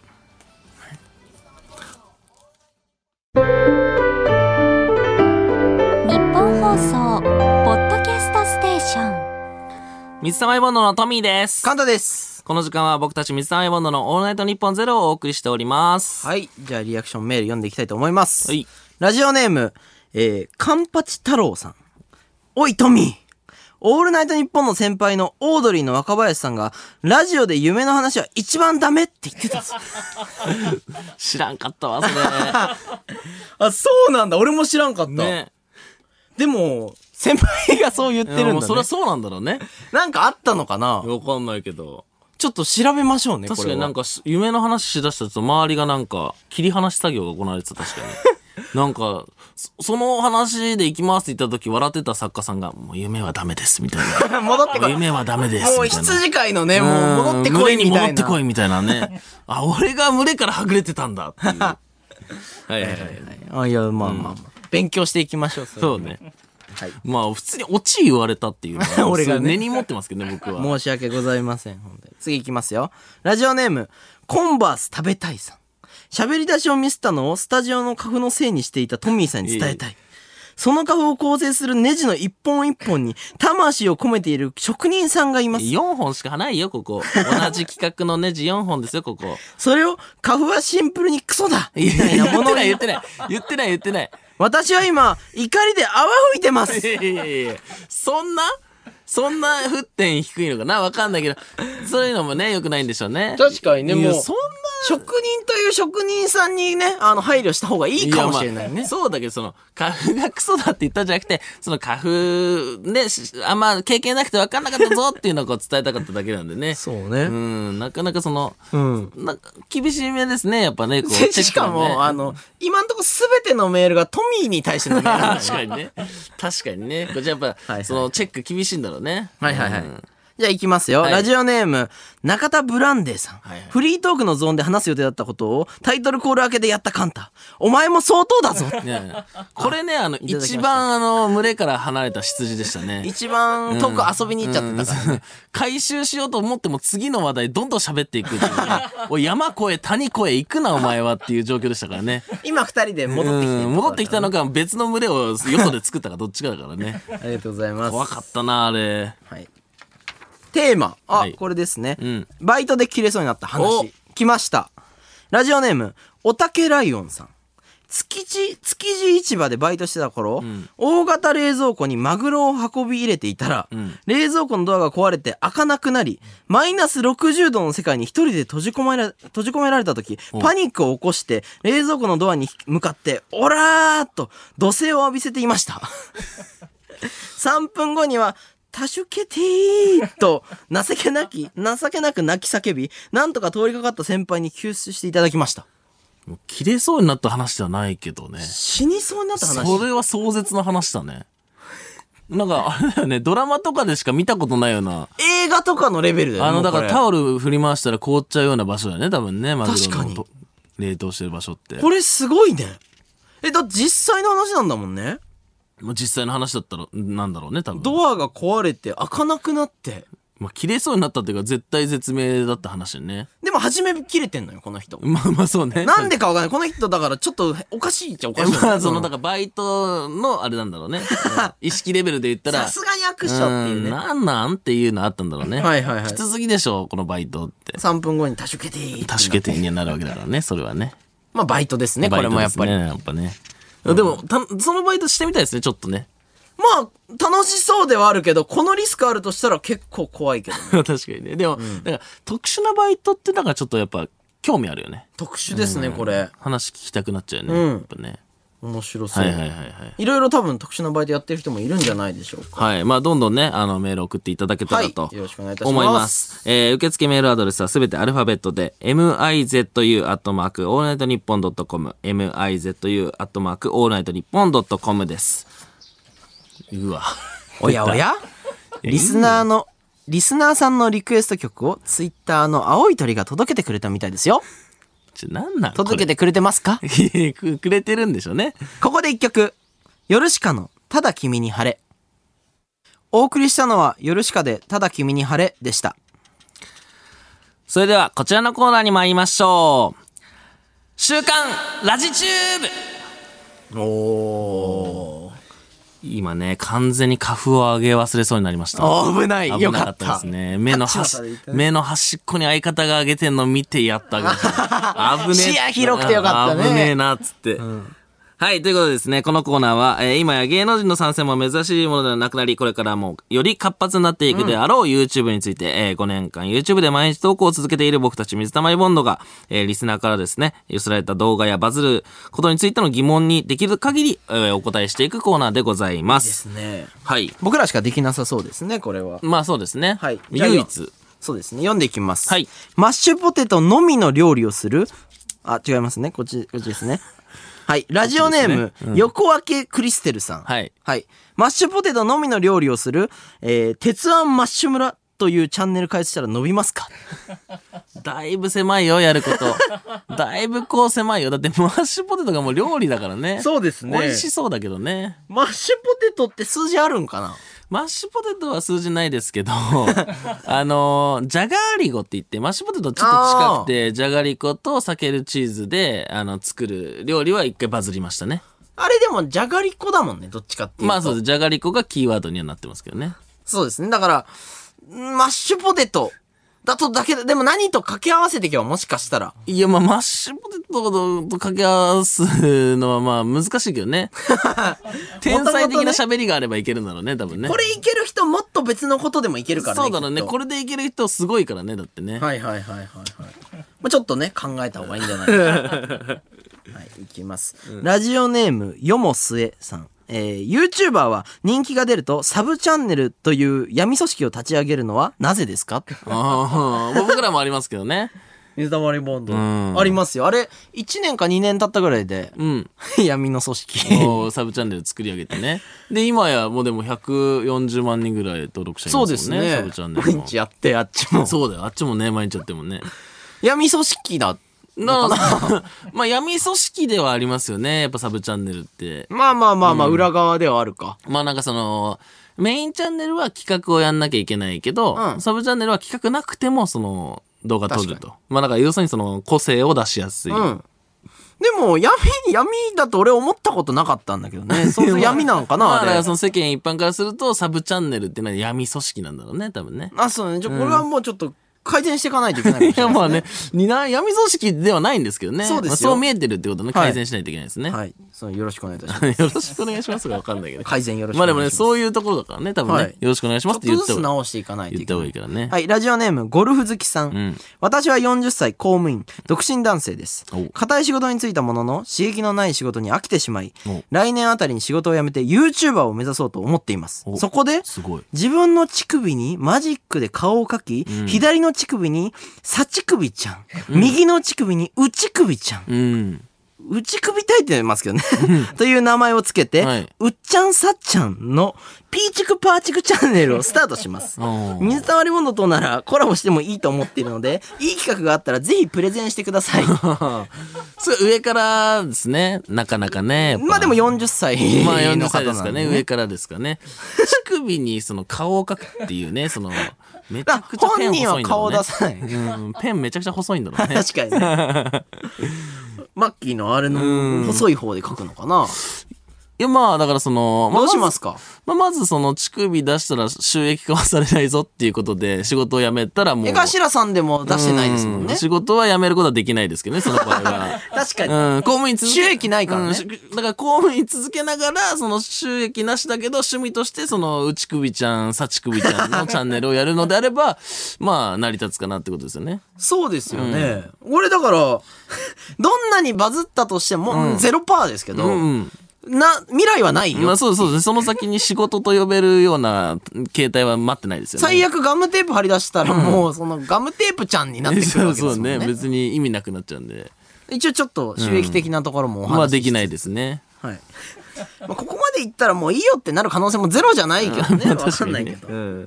日本放送ポッドキャストステーション。 水溜りボンドのトミーです。 カンタです。 この時間は僕たち水溜りボンドのオールナイトニッポンゼロをお送りしております。 はい。じゃあリアクションメール読んでいきたいと思います。 はい。 ラジオネーム、えー、カンパチ太郎さん。おいトミー。オールナイトニッポンの先輩のオードリーの若林さんがラジオで夢の話は一番ダメって言ってた。 知らんかったわそれ。 あ、そうなんだ。俺も知らんかった。 ね。 でも先輩がそう言ってるんだね。 そりゃそうなんだろうね。 なんかあったのかな。 わかんないけど。 ちょっと調べましょうね。 確かになんか夢の話しだしたと周りがなんか切り離し作業が行われてた。確かに。なんかそ、その話で行きますって言った時笑ってた作家さんがもう夢はダメですみたいな。 戻ってこい。 夢はダメですみたいな。 もう羊飼いのね、もう戻ってこいみたいな。 群れに戻ってこいみたいなね。あ、俺が群れからはぐれてたんだっていう。はいはいはい。 あ、いや、まあまあまあ。勉強していきましょう。 そうね。 はい、 まあ普通にオチ言われたっていうのは俺がね根に持ってますけどね僕は。 申し訳ございません。本当に次いきますよ。ラジオネームコンバース食べたいさん。喋り出しをミスったのをスタジオの花粉のせいにしていたトミーさんに伝えたい。いいその花粉を構成するネジの一本一本に魂を込めている職人さんがいます。 よんほんしかないよここ。同じ企画のネジよんほんですよここ。 それを花粉はシンプルにクソだみたいなものを言ってない言ってない言ってない言ってない。 私は今怒りで泡吹いてます。 いやいやいやそんなそんな沸点低いのかなわかんないけど、そういうのもね良くないんでしょうね。 確かにね。もうそんな職人という職人さんにね、あの配慮した方がいいかもしれないね。 まあ、そうだけどその花粉がクソだって言ったんじゃなくて、その花粉ねあんま経験なくて分かんなかったぞっていうのをこう伝えたかっただけなんでね。 そうね。 うんなかなかその、 うん、 な厳しい目ですねやっぱねこうチェック、ね、しかもあの今んとこすべてのメールがトミーに対してのメールなんだ確かにね確かにねこれじゃやっぱ、はいはい、そのチェック厳しいんだろうね。 はいはいはい。うん、じゃあ行きますよ、はい、ラジオネーム中田ブランデーさん、はいはい、フリートークのゾーンで話す予定だったことをタイトルコール明けでやったカンタ。お前も相当だぞ。いやいやこれねあの一番あの群れから離れた羊でしたね。 一番遠く遊びに行っちゃってたから、ねうんうん、 回収しようと思っても次の話題どんどん喋っていくっていう、ね、おい山越え谷越え行くなお前はっていう状況でしたからね。 今二人で戻ってきて、 うん、戻ってきたのか別の群れをよそで作ったかどっちかだからね。 ありがとうございます。 怖かったなあれ。 はい。テーマ。あ、はい、これですね、うん。バイトで切れそうになった話。来ました。ラジオネーム、おたけライオンさん。築地、築地市場でバイトしてた頃、うん、大型冷蔵庫にマグロを運び入れていたら、うん、冷蔵庫のドアが壊れて開かなくなり、マイナスろくじゅうどの世界に一人で閉じ込められ、閉じ込められた時、パニックを起こして、冷蔵庫のドアに向かって、オラーっと土星を浴びせていました。さんぷんごには、助けてーと情けなき情けなく泣き叫び、なんとか通りかかった先輩に救出していただきました。 もう切れそうになった話じゃないけどね。 死にそうになった話。 それは壮絶な話だね。なんかあれだよね、ドラマとかでしか見たことないような。 映画とかのレベルだよね。 あのだからタオル振り回したら凍っちゃうような場所だよね多分ね。マグロの確かに冷凍してる場所って。 これすごいね。えだって実際の話なんだもんね。 もう実際の話だったらなんだろうね多分。 ドアが壊れて開かなくなって、 まあ切れそうになったっていうか絶対絶命だった話ね。 でも初め切れてんのよこの人。 まあまあそうね。 なんでかわかんない。この人だからちょっとおかしいっちゃおかしい。 まあそのだからバイトのあれなんだろうね。意識レベルで言ったらさすがに悪っしょっていうね。 なんなんっていうのあったんだろうね。 はいはいはい。 きつすぎでしょこのバイトって。 さんぷんごに助けてー。 助けてーになるわけだからねそれはね。 まあバイトですねこれもやっぱり。 ねやっぱね。でもたそのバイトしてみたいですねちょっとね。 まあ楽しそうではあるけどこのリスクあるとしたら結構怖いけどね。 確かにね。でも、うん、なんか特殊なバイトってなんかちょっとやっぱ興味あるよね。 特殊ですね、うん、これ。 話聞きたくなっちゃうよね、うん、やっぱね。 面白そう。 はいはいはいはい。 いろいろ多分特殊なバイトやってる人もいるんじゃないでしょうか。 はい。まあどんどんね、あのメール送っていただけたらと、はい、よろしくお願いいたします。思います。えー、受付メールアドレスはすべてアルファベットで、mizu アットマークオールナイトニッポンドットコム、mizu アットマークオールナイトニッポンドットコムです。うわ。 おやおやリスナーのリスナーさんのリクエスト曲をツイッターの青い鳥が届けてくれたみたいですよ。 ちょ、なんなん届けてくれてますか？ てくくれてるんでしょうね。 ここで一曲。ヨルシカのただ君に晴れ。お送りしたのはヨルシカでただ君に晴れでした。 それではこちらのコーナーに参りましょう。週刊ラジチューブ。 おー。 今ね、完全に花粉を上げ忘れそうになりました。 危ない。 危なかったですね。目の端、目の端っこに相方が上げてんの見てやったが。危ねえ。 視野広くてよかったね。 危ねえな、つって。うんはい。ということでですね、このコーナーは、えー、今や芸能人の参戦も珍しいものではなくなり、これからもより活発になっていくであろう YouTube について、えー、ごねんかん YouTube で毎日投稿を続けている僕たち水溜りボンドが、えー、リスナーからですね、寄せられた動画やバズることについての疑問にできる限り、えー、お答えしていくコーナーでございます。 ですね。 はい。 僕らしかできなさそうですね、これは。 まあそうですね。 はい。 唯一。 そうですね。読んでいきます。 はい。 マッシュポテトのみの料理をする。あ、違いますね。こっち、こっちですね。はい。ラジオネーム、ねうん、横分けクリステルさん。 はい。 はい。マッシュポテトのみの料理をする、えー、鉄腕マッシュ村というチャンネル開設したら伸びますか？ だいぶ狭いよ、やること。だいぶこう狭いよ。だってマッシュポテトがもう料理だからね。 そうですね。 美味しそうだけどね。 マッシュポテトって数字あるんかな？ マッシュポテトは数字ないですけど、あのー、じゃがりこって言って、マッシュポテトちょっと近くて、じゃがりこと避けるチーズで、あの、作る料理は一回バズりましたね。 あれでも、じゃがりこだもんね、どっちかっていうと。 まあそうです。じゃがりこがキーワードにはなってますけどね。 そうですね。だから、マッシュポテトだとだけで、でも何と掛け合わせていけばもしかしたら。 いや、まあ、マッシュポテトと掛け合わすのはまあ難しいけどね。天才的な喋りがあればいけるんだろうね、多分ね。 これいける人もっと別のことでもいけるからね。 そうだろうね。これでいける人すごいからね、だってね。 はいはいはいはいはい。まあ、ちょっとね、考えた方がいいんじゃないかな。はい、いきます。うん、ラジオネーム、よもすえさん。えー、YouTuber は人気が出るとサブチャンネルという闇組織を立ち上げるのはなぜですか？ ああ、僕らもありますけどね。 水溜りボンド。ありますよ。あれ、いちねんかにねん経ったぐらいで、 うん、 闇の組織。 サブチャンネル作り上げてね。で、今やもうでもひゃくよんじゅうまんにんぐらい登録者いますもんね。 そうですね。 サブチャンネルも。 毎日やって、あっちも。 そうだよ。あっちもね、毎日やってもね。 闇組織だ。 なまあ闇組織ではありますよね。やっぱサブチャンネルって。 まあまあまあまあ、裏側ではあるか。 まあなんかその、メインチャンネルは企画をやんなきゃいけないけど、うん、サブチャンネルは企画なくてもその動画撮ると。まあだから要するにその個性を出しやすい。うん、 でも闇、闇だと俺思ったことなかったんだけどね。そういう闇なんかな、 まあ、 あれ。 だからその世間一般からするとサブチャンネルってのは闇組織なんだろうね、多分ね。 あ、そうね。じゃ、これはもうちょっと、改善していかないといけない、ね。 いや、まあね、にな、闇組織ではないんですけどね。 そうですよ。まあ、 そう見えてるってことね、改善しないといけないですね。 はい。はい、そう、よろしくお願いいたします。 よろしくお願いしますがわかんないけど。 改善よろしくお願いします。 まあでもね、そういうところだからね、多分ね。はい、よろしくお願いしますって言ったちょっとずつ直していかないといけない。 言った方がいいからね。 はい、ラジオネーム、ゴルフ好きさん。うん、私はよんじゅっさい公務員、独身男性です。固い仕事に就いたものの、刺激のない仕事に飽きてしまい、来年あたりに仕事を辞めて YouTuber を目指そうと思っています。そこで、 すごい自分の乳首にマジックで顔を描き、うん、左の乳首にさち首ちゃん、うん、右の乳首に内首ちゃん、 うん内首たいって言いますけどねという名前をつけて、はい、うっちゃんさっちゃんのピーチクパーチクチャンネルをスタートします水溜りボンドとならコラボしてもいいと思っているので、いい企画があったらぜひプレゼンしてくださいそれ上からですね、なかなかね。 まあでもよんじゅっさいまあよんじゅっさいですかね、上からですかね乳首にその顔を描くっていうね、そのめちゃくちゃペン細いんだろうね。 本人は顔出さない、 うん、ペンめちゃくちゃ細いんだろうね確かにねマッキーのあれの細い方で書くのかな。 いやまあだからその、 どうしますか。 まあ、まずその乳首出したら収益化はされないぞっていうことで仕事を辞めたらもう江頭さんでも出してないですもんね。 仕事は辞めることはできないですけどね、その場合は確かに、 うん、公務員続け収益ないからね、 うん、だから公務員続けながらその収益なしだけど趣味としてその内首ちゃん幸首ちゃんのチャンネルをやるのであればまあ成り立つかなってことですよね。 そうですよね、うん、俺だからどんなにバズったとしても、うん、ゼロパーですけど、うんうんな、未来はないよ。 まあそうそうです。その先に仕事と呼べるような形態は待ってないですよね。 最悪ガムテープ貼り出したらもうそのガムテープちゃんになってくるわけですもんね。 そうそうね。別に意味なくなっちゃうんで。 一応ちょっと収益的なところもお話しして、うん、 まあできないですね。 はい。まあここまでいったらもういいよってなる可能性もゼロじゃないけどね。わかんないけど。 うん。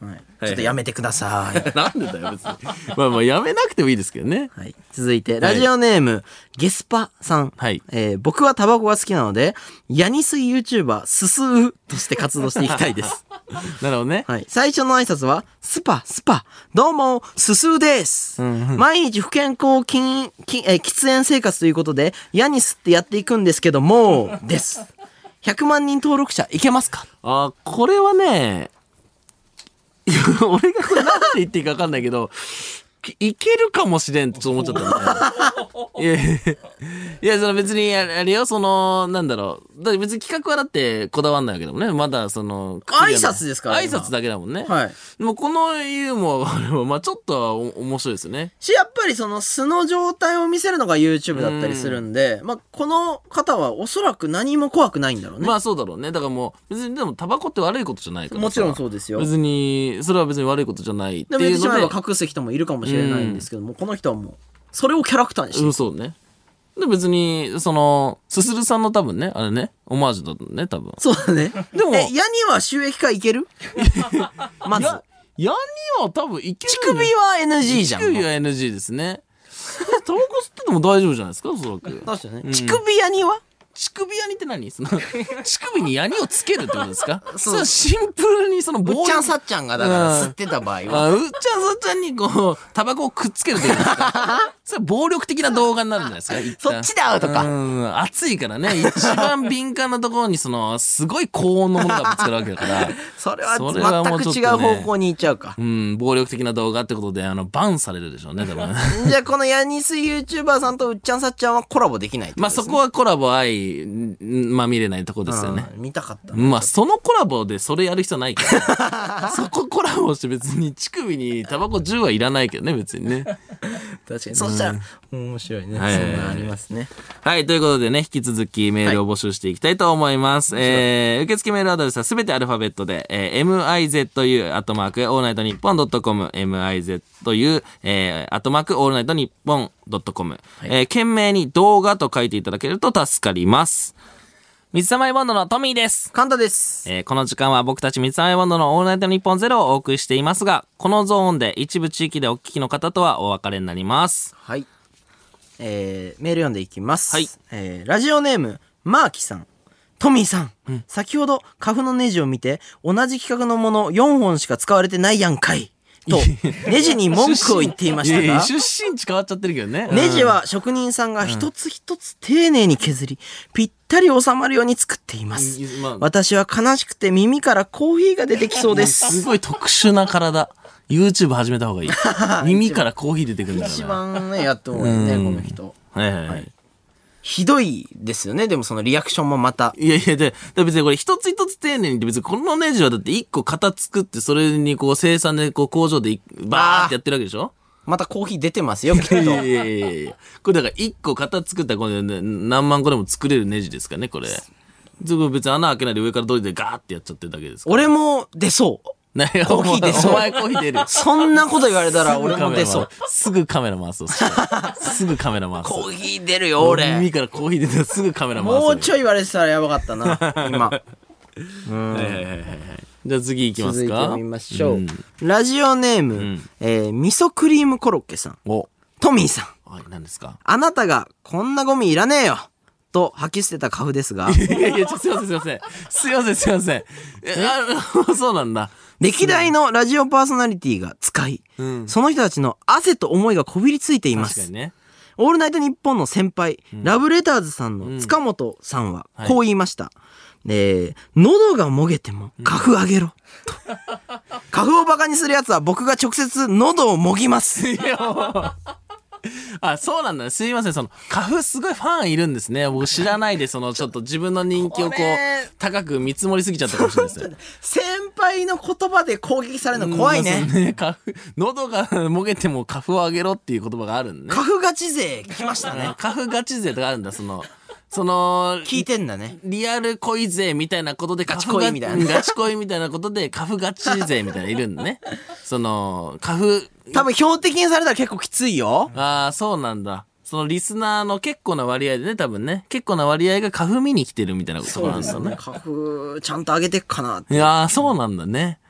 ちょっとやめてください。 なんでだよ、別に。まあまあ、やめなくてもいいですけどね。 はい。続いて、ラジオネーム、ゲスパさん。 はい。 えー僕はタバコが好きなので、ヤニスイ YouTuber、ススーとして活動していきたいです。 なるほどね。 はい。最初の挨拶は、スパ、スパ、どうも、ススーです。毎日不健康禁、禁えー喫煙生活ということで、ヤニスってやっていくんですけども、です。ひゃくまん人登録者いけますか？ あ、これはね、いや俺がこれなんて言っていいか分かんないけど、いけるかもしれんと思っちゃったんで。いやいやいや、その別にあれよ、その、なんだろう。だって別に企画はだってこだわんないわけだもんね。まだその、 挨拶ですから挨拶だけだもんね。 はい。 でもこのユーモアがあれば、まあちょっとはお面白いですよね。 し、やっぱりその素の状態を見せるのが YouTube だったりするんで、まあこの方はおそらく何も怖くないんだろうね。 まあそうだろうね。だからもう、別にでもタバコって悪いことじゃないからさ。 もちろんそうですよ。 別に、それは別に悪いことじゃないっていうので。 でも言ってしまえば隠す人もいるかもしれないんですけども、この人はもう、それをキャラクターにしてる。 うん、そうね。で、別に、その、すするさんの多分ね、あれね、オマージュだとね、多分。 そうだね。 でもえ、ヤニは収益化いけるまず。 や、ヤニは多分いける。 乳首は エヌジー じゃん。 乳首は エヌジー ですね。タバコ吸ってても大丈夫じゃないですか、おそらく。 確かにね。 うん乳首ヤニは乳首ヤニって何その、乳首にヤニをつけるってことですか？それはシンプルにそのう棒っちゃんさっちゃんがだから吸ってた場合は。 あ、うっちゃんさっちゃんにこう、タバコをくっつけるってことですか？それは暴力的な動画になるんじゃないですか？一旦そっちで会うとか。 うん、熱いからね。一番敏感なところにその、すごい高温のものがぶつかるわけだから。 それはそれはもうちょっとね全く違う方向に行っちゃうかう。ん、暴力的な動画ってことで、あの、バンされるでしょうね、多分。 じゃあこのヤニスイ YouTuber さんとうっちゃんさっちゃんはコラボできないってまあことですね。 そこはコラボ愛、まあ見れないとこですよね。 うん見たかったな。 まあそのコラボでそれやる必要ないから。そこコラボして別に乳首にタバコじゅうはいらないけどね、別にね。 確かに。そしたら、面白いね。 はいそんなありますね。 はい、ということでね、引き続きメールを募集していきたいと思います。えー、受付メールアドレスはすべてアルファベットで、えー、mizu、アットマーク、オールナイトニッポンドットコム、mizu、えー、アットマーク、オールナイトニッポンドットコム、えー、懸命に動画と書いていただけると助かります。水溜りボンドのトミーです。 カンタです。 えーこの時間は僕たち水溜りボンドのオールナイトニッポンゼロをお送りしていますが、このゾーンで一部地域でお聞きの方とはお別れになります。 はい。えー、メール読んでいきます。 はい。 えー、ラジオネーム、マーキさん。トミーさん、先ほど花粉のネジを見て、同じ規格のものよんほんしか使われてないやんかい。と、ネジに文句を言っていましたが、 いやいや出身地変わっちゃってるけどね。 ネジは職人さんが一つ一つ丁寧に削り、ぴったり収まるように作っています。 うんまあ私は悲しくて耳からコーヒーが出てきそうです。 すごい特殊な体。YouTube 始めた方がいい。耳からコーヒー出てくるんだから。 一番ね、やってもいいね、この人。 はいはいはい。 ひどいですよね、でもそのリアクションもまた。 いやいや、で、で別にこれ一つ一つ丁寧にって別にこのネジはだって一個型作ってそれにこう生産でこう工場でいバーってやってるわけでしょ？ またコーヒー出てますよ、きっと。 いやいやいやいやこれだから一個型作ったらこれ、ね、何万個でも作れるネジですかね、これ。そこ別に穴開けないで上から通りでガーってやっちゃってるだけですから。 俺も出そう。 ね、 コーヒー出そうお前コーヒー出る。 そんなこと言われたら俺も出そう。 すぐカメラ回す。すぐカメラ回す。 コーヒー出るよ、俺。 耳からコーヒー出たらすぐカメラ回す。 もうちょい言われてたらやばかったな、今。 はいはいはいはい。じゃあ次行きますか。 続いてみましょう。 んラジオネーム、 んえー、味噌クリームコロッケさん。 お、 トミーさん。 はい、何ですか？ あなたがこんなゴミいらねえよと吐き捨てたカフですが、 いやいや、ちょ、すいませんすいません。すいませんすいません。え、あ、そうなんだ。 歴代のラジオパーソナリティが使い、 うんその人たちの汗と思いがこびりついています。 確かにね。 オールナイトニッポンの先輩、ラブレターズさんの塚本さんはこう言いました。えー喉がもげても花粉あげろ。と花粉をバカにするやつは僕が直接喉をもぎます。 いや、もうあ、そうなんだ。すいません。その、花粉すごいファンいるんですね。僕知らないで、その、ちょっと自分の人気をここれう、高く見積もりすぎちゃったかもしれないですね。 先輩の言葉で攻撃されるの怖いね。 うんまあそうね。花粉、喉がもげても花粉をあげろっていう言葉があるんね。 花粉ガチ勢来ましたね。 花粉ガチ勢とかあるんだ、その、その、 聞いてんだね。 リアル恋勢みたいなことで、 ガチ恋みたいなうんガチ恋みたいなことで、花粉ガチ勢みたいなのいるんだね。その、花粉、 多分標的にされたら結構きついよ。 ああ、そうなんだ。そのリスナーの結構な割合でね、多分ね、結構な割合が花粉見に来てるみたいなところなんだろうね。 花粉ちゃんと上げてっかなって。 いやー、そうなんだね。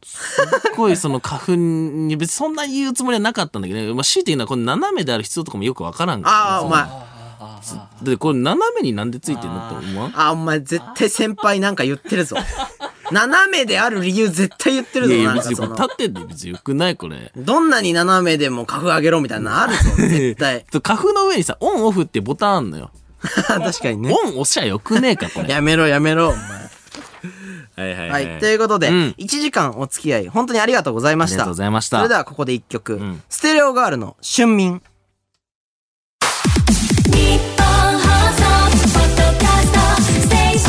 すっごいその花粉に別にそんなに言うつもりはなかったんだけどね。まあ、強いて言うのはこの斜めである必要とかもよくわからんから、ね。 ああ、お前。 で、これ斜めになんでついてんのって思わん？ あ、お前絶対先輩なんか言ってるぞ。斜めである理由絶対言ってるぞ。 いやいや、 なんかその別にこれ立ってんで別によくないこれ。 どんなに斜めでも花粉上げろみたいなのあるぞ、絶対。 花粉の上にさ、オンオフってボタンあんのよ。 確かにね。 オン押しゃよくねえか、これ。 やめろやめろ、お前。 はいはいは。 はいい。 ということで、 うんいちじかんお付き合い、本当にありがとうございました。 ありがとうございましたそれではここでいっきょく、 んステレオガールの春眠。 日本放送ポッドキャストステーショ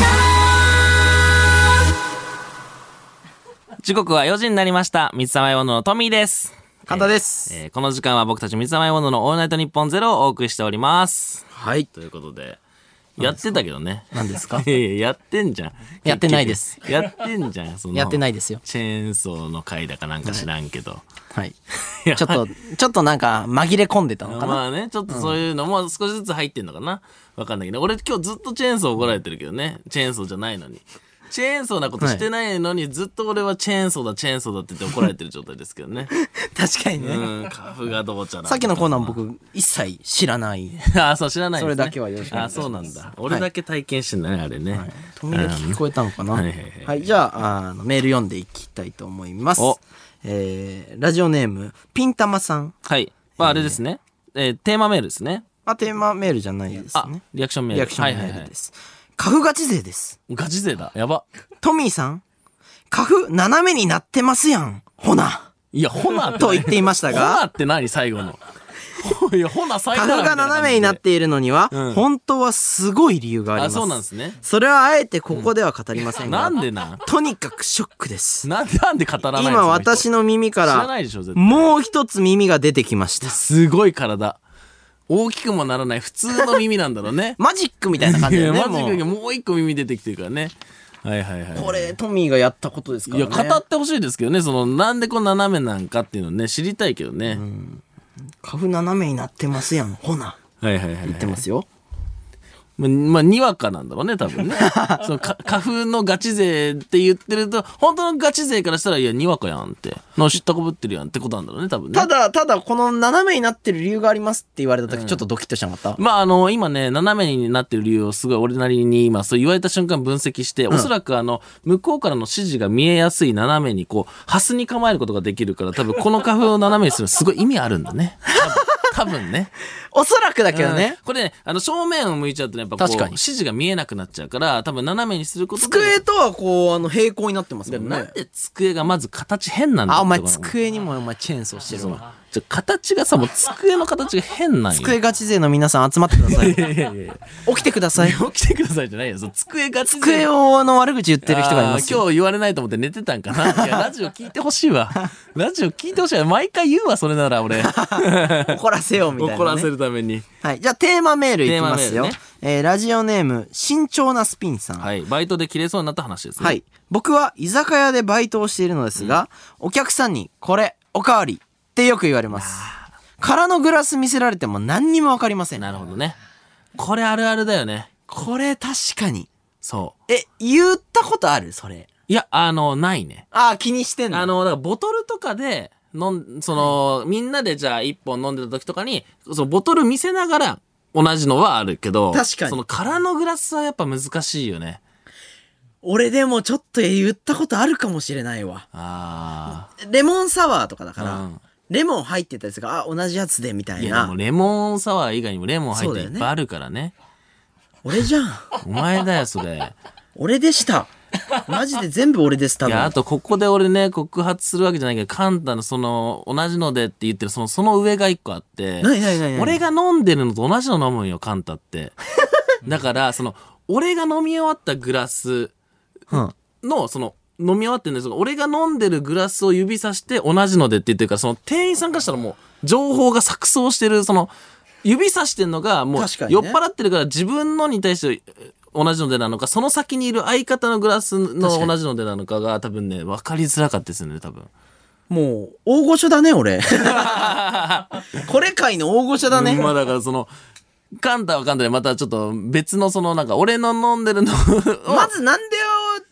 ン。 時刻はよじになりました。水溜りボンドのトミーです。 簡単です。 えーこの時間は僕たち水溜りボンドのオールナイトニッポンゼロをお送りしております。 はい。 ということで、やってたけどね。 何ですかいやいや、やってんじゃん。 やってないです結局やってんじゃん、その。 やってないですよ。 チェーンソーの回だかなんか知らんけど。 はい。 いやちょっと、ちょっとなんか紛れ込んでたのかな。 まあね、ちょっとそういうのも少しずつ入ってんのかな。わかんないけど、俺今日ずっとチェーンソー怒られてるけどね。チェーンソーじゃないのに。チェーンソーなことしてないのに、ずっと俺はチェーンソーだ、チェーンソーだって言って怒られてる状態ですけどね。 確かにね。 うん、カフがどうちゃら。 さっきのコーナーも僕一切知らない。 あ、そう、知らないですね。 それだけはよろしくお願いしますあ、そうなんだ。俺だけ体験してんだね、あれね。 時々聞こえたのかな。 はいはいはいはい、じゃあ、あの、メール読んでいきたいと思いますお。 えー、ラジオネーム、ピンタマさん。 はい。まあ、あれですね。えーテーマメールですね。 あ、テーマメールじゃないですあね。、 リアクションメール。 リアクションメはいはいはいールで。す。花粉ガチ勢です。 ガチ勢だ。やば。 トミーさん、花粉斜めになってますやん。ほな。 いや、ホナと言っていましたホが、 ナって何最後の。いや、ホナ最後花粉が斜めになっているのには、 うん本当はすごい理由がありまあ、 す。 そうなんですね。 それはあえてここでは語りませんが、 なんでなんとにかくショックです。 なんなんで語らないの今私の耳か知ららないでしょ、絶対。 もう一つ耳が出てきました。 すごい体。大きくもならない普通の耳なんだろうね。 マジックみたいな感じだよね。 いやマジもうでもう一個耳出てきてるからね。はいはいはい。 これトミーがやったことですかいや、 らね。 語ってほしいですけどね、その、なんでこう斜めなんかっていうのね、知りたいけどね。 花粉斜めになってますやん。ほな。 はいはいはいはい。 言ってますよ。 まあ、まあ、にわかなんだろうね、多分ね。そのか花粉のガチ勢って言ってると、本当のガチ勢からしたら、いや、にわかやんって。の知ったこぶってるやんってことなんだろうね、多分ね。 ただ、ただ、この斜めになってる理由がありますって言われた時、ちょっとドキッとしなかった。 まあ、あの、今ね、斜めになってる理由をすごい俺なりに今、そう言われた瞬間分析して、おそらくあの、向こうからの指示が見えやすい斜めにこう、ハスに構えることができるから、多分この花粉を斜めにするのすごい意味あるんだね。多分多分ね。 おそらくだけどね。 これね、あの、正面を向いちゃうとね、やっぱこう、 確かに指示が見えなくなっちゃうから、多分斜めにすることで。 机とはこう、あの、平行になってますもんね。 なんで机がまず形変なんだあ、お前って机にもお前チェーンソーしてるわ。 ちょ形がさ、もう机の形が変なんよ。 机ガチ勢の皆さん集まってください。 いやいやいや起きてください。 起きてくださいじゃないよ。そう机がち机をの悪口言ってる人がいますよ。 今日言われないと思って寝てたんかな。いや、ラジオ聞いてほしいわ。ラジオ聞いてほしいわ。毎回言うわ、それなら俺。 怒らせようみたいな、ね。 怒らせるために。 はい。じゃあテーマメールいきますよ。 テーマメールねえー、ラジオネーム、慎重なスピンさん。 はい。バイトで切れそうになった話ですね。 はい。僕は居酒屋でバイトをしているのですが、お客さんに、これ、おかわりってよく言われます。空のグラス見せられても何にもわかりません。 なるほどね。これあるあるだよね。 これ確かに。 そう。 え、言ったことあるそれ。 いや、あの、ないね。 ああ、気にしてんのあの、だからボトルとかで、飲ん、その、みんなでじゃあ一本飲んでた時とかに、そのボトル見せながら同じのはあるけど、 確かにその空のグラスはやっぱ難しいよね。 俺でもちょっと言ったことあるかもしれないわ。 あレモンサワーとかだあ。 から、 うん。 レモン入ってたやつが、あ、同じやつで、みたいないやでも。レモンサワー以外にもレモン入っていそうだよねっぱいあるからね。 俺じゃん。 お前だよ、それ。 俺でした。マジで全部俺です、多分。 いや、あとここで俺ね、告発するわけじゃないけど、カンタのその、同じのでって言ってる、その、その上が一個あって、 なになになに俺が飲んでるのと同じの飲むんよ、カンタって。だから、その、俺が飲み終わったグラスうん。 の、その、飲み終わってるんですが、俺が飲んでるグラスを指さして同じのでって言ってるから、その店員さんからしたらもう、情報が錯綜してる、その、指さしてんのが、もう、 確かにね酔っ払ってるから自分のに対して同じのでなのか、その先にいる相方のグラスの確かに同じのでなのかが、多分ね、分かりづらかったですよね、多分。 もう、大御所だね、俺。これ界の大御所だね。 まあだからその、カンタはカンタでまたちょっと別のそのなんか俺の飲んでるのをまずなんでよ、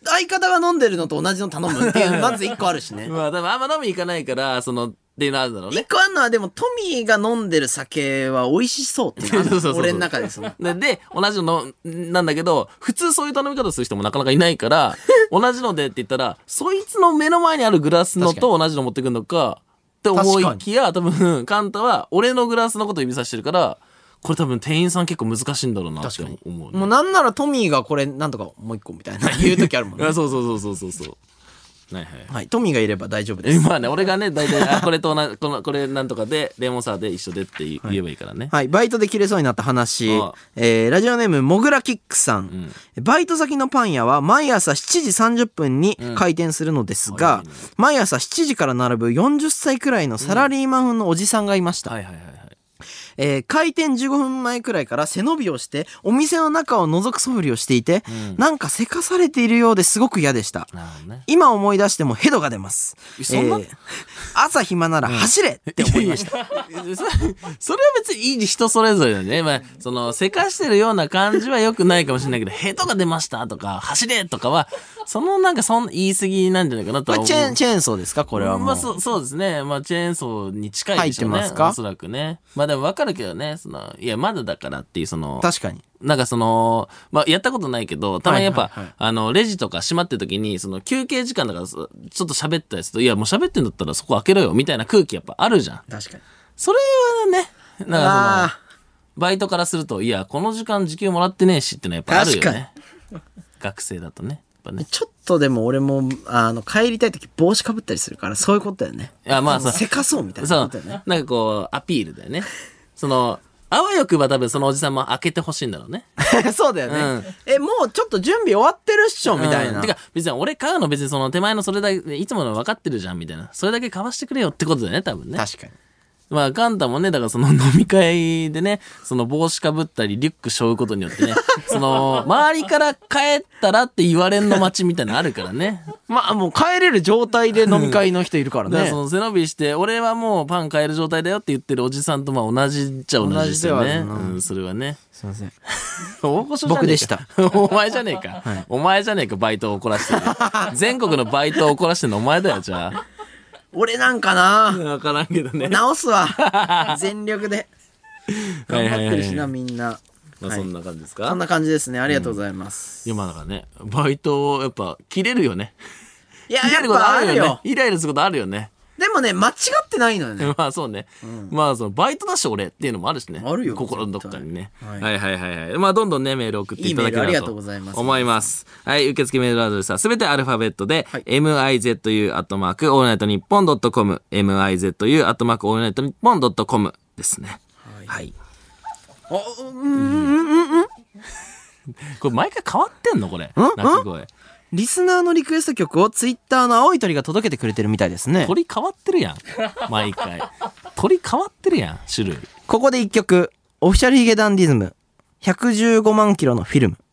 相方が飲んでるのと同じの頼むっていうまず一個あるしね。 まあ、多分あんま飲み行かないから、その、っていうのあるだろうね。 一個あるのはでもトミーが飲んでる酒は美味しそうっていうのあるそうそうそう俺の中ですもん。 で、で同じのなんだけど、普通そういう頼み方する人もなかなかいないから、同じのでって言ったら、そいつの目の前にあるグラスのと同じの持ってくるのか、って思いきや、多分、カンタは俺のグラスのことを指さしてるから、これ多分店員さん結構難しいんだろうなって思う、ね。 もうなんならトミーがこれなんとかもう一個みたいな言う時あるもんね。 そうそうそうそうそうそう。はいはい。 はい、トミーがいれば大丈夫です。 まあね、俺がね、大体、あ、これと同じ、この、これなんとかで、レモンサワーで一緒でって言えばいいからね。 はい、バイトで切れそうになった話。えー、ラジオネーム、もぐらキックさん、うん。バイト先のパン屋は毎朝しちじさんじゅっぷんに開店するのですが、うん、毎朝しちじから並ぶよんじゅっさいくらいのサラリーマンのおじさんがいました。はいはいはい。えー、開店じゅうごふんまえくらいから背伸びをしてお店の中を覗く素振りをしていて、うん、なんかせかされているようですごく嫌でした、ね、今思い出してもヘドが出ます。そんな、えー、朝暇なら走れって思いました、 うん、そ, それは別にいい人それぞれだね、まあ、そのせかしてるような感じは良くないかもしれないけど、ヘドが出ましたとか走れとかはそのなんかそん言い過ぎなんじゃないかなとは思う。 チェーンチェーンソーですかこれはもう、 まあ、そ, そうですね、まあ、チェーンソーに近いでしょうね。入ってますかおそらくね。まあでも分かるけどね、そのいやまだだからっていうその確かになんかそのまあやったことないけどたまにやっぱ、はいはいはい、あのレジとか閉まってる時にその休憩時間だからちょっと喋ったりするといやもう喋ってんだったらそこ開けろよみたいな空気やっぱあるじゃん。 確かにそれはねなんかそのバイトからするといやこの時間時給もらってねえしってのはやっぱあるよね。学生だとね。ね、 ちょっとでも俺もあの帰りたい時帽子かぶったりするからそういうことだよね。 いやまあせかそうみたいなことだよね。 なんかこうアピールだよね。そのあわよくば多分そのおじさんも開けてほしいんだろうね。 そうだよね、うん、えもうちょっと準備終わってるっしょみたいな、 うん、てか別に俺買うの別にその手前のそれだけいつもの分かってるじゃんみたいなそれだけ買わしてくれよってことだよね多分ね。 確かに。 まあ、カンタもね、だからその飲み会でね、その帽子かぶったりリュック背負うことによってね、その、周りから帰ったらって言われんの待ちみたいなのあるからね。 まあもう帰れる状態で飲み会の人いるからね。 だからその背伸びして、俺はもうパン買える状態だよって言ってるおじさんとまあ同じっちゃ同じですよね。うん、それはね。 すいません。 大御所じゃねえか。 僕でした。 お前じゃねえか。はい、お前じゃねえか、バイトを怒らしてる。全国のバイトを怒らしてるのお前だよ、じゃあ。 俺なんかな分からんけどね直すわ全力で頑張ってるしなみんな。 まあそんな感じですか。 そんな感じですね。ありがとうございます、 うん、いやまあだからねバイトやっぱ切れるよね。 いややっぱあるよ。 イライラすることあるよね。 でもね間違ってないのよね。 まあそうね、うん、まあそのバイトだし俺っていうのもあるしね。 あるよ心のどっかにね、はい、はいはいはいはい。まあどんどんねメール送っていただければと思います。はい、受付メールアドレスはすべてアルファベットで、はい、ミズ アットマークオールナイトニッポンドットコム ミズ アットマークオールナイトニッポンドットコムですね。はい、はい、あうんうんうんこれ毎回変わってんのこれ鳴き声。 リスナーのリクエスト曲をツイッターの青い鳥が届けてくれてるみたいですね。 鳥変わってるやん毎回鳥変わってるやん種類。 ここで一曲オフィシャルヒゲダンディズムひゃくじゅうごまんキロのフィルム。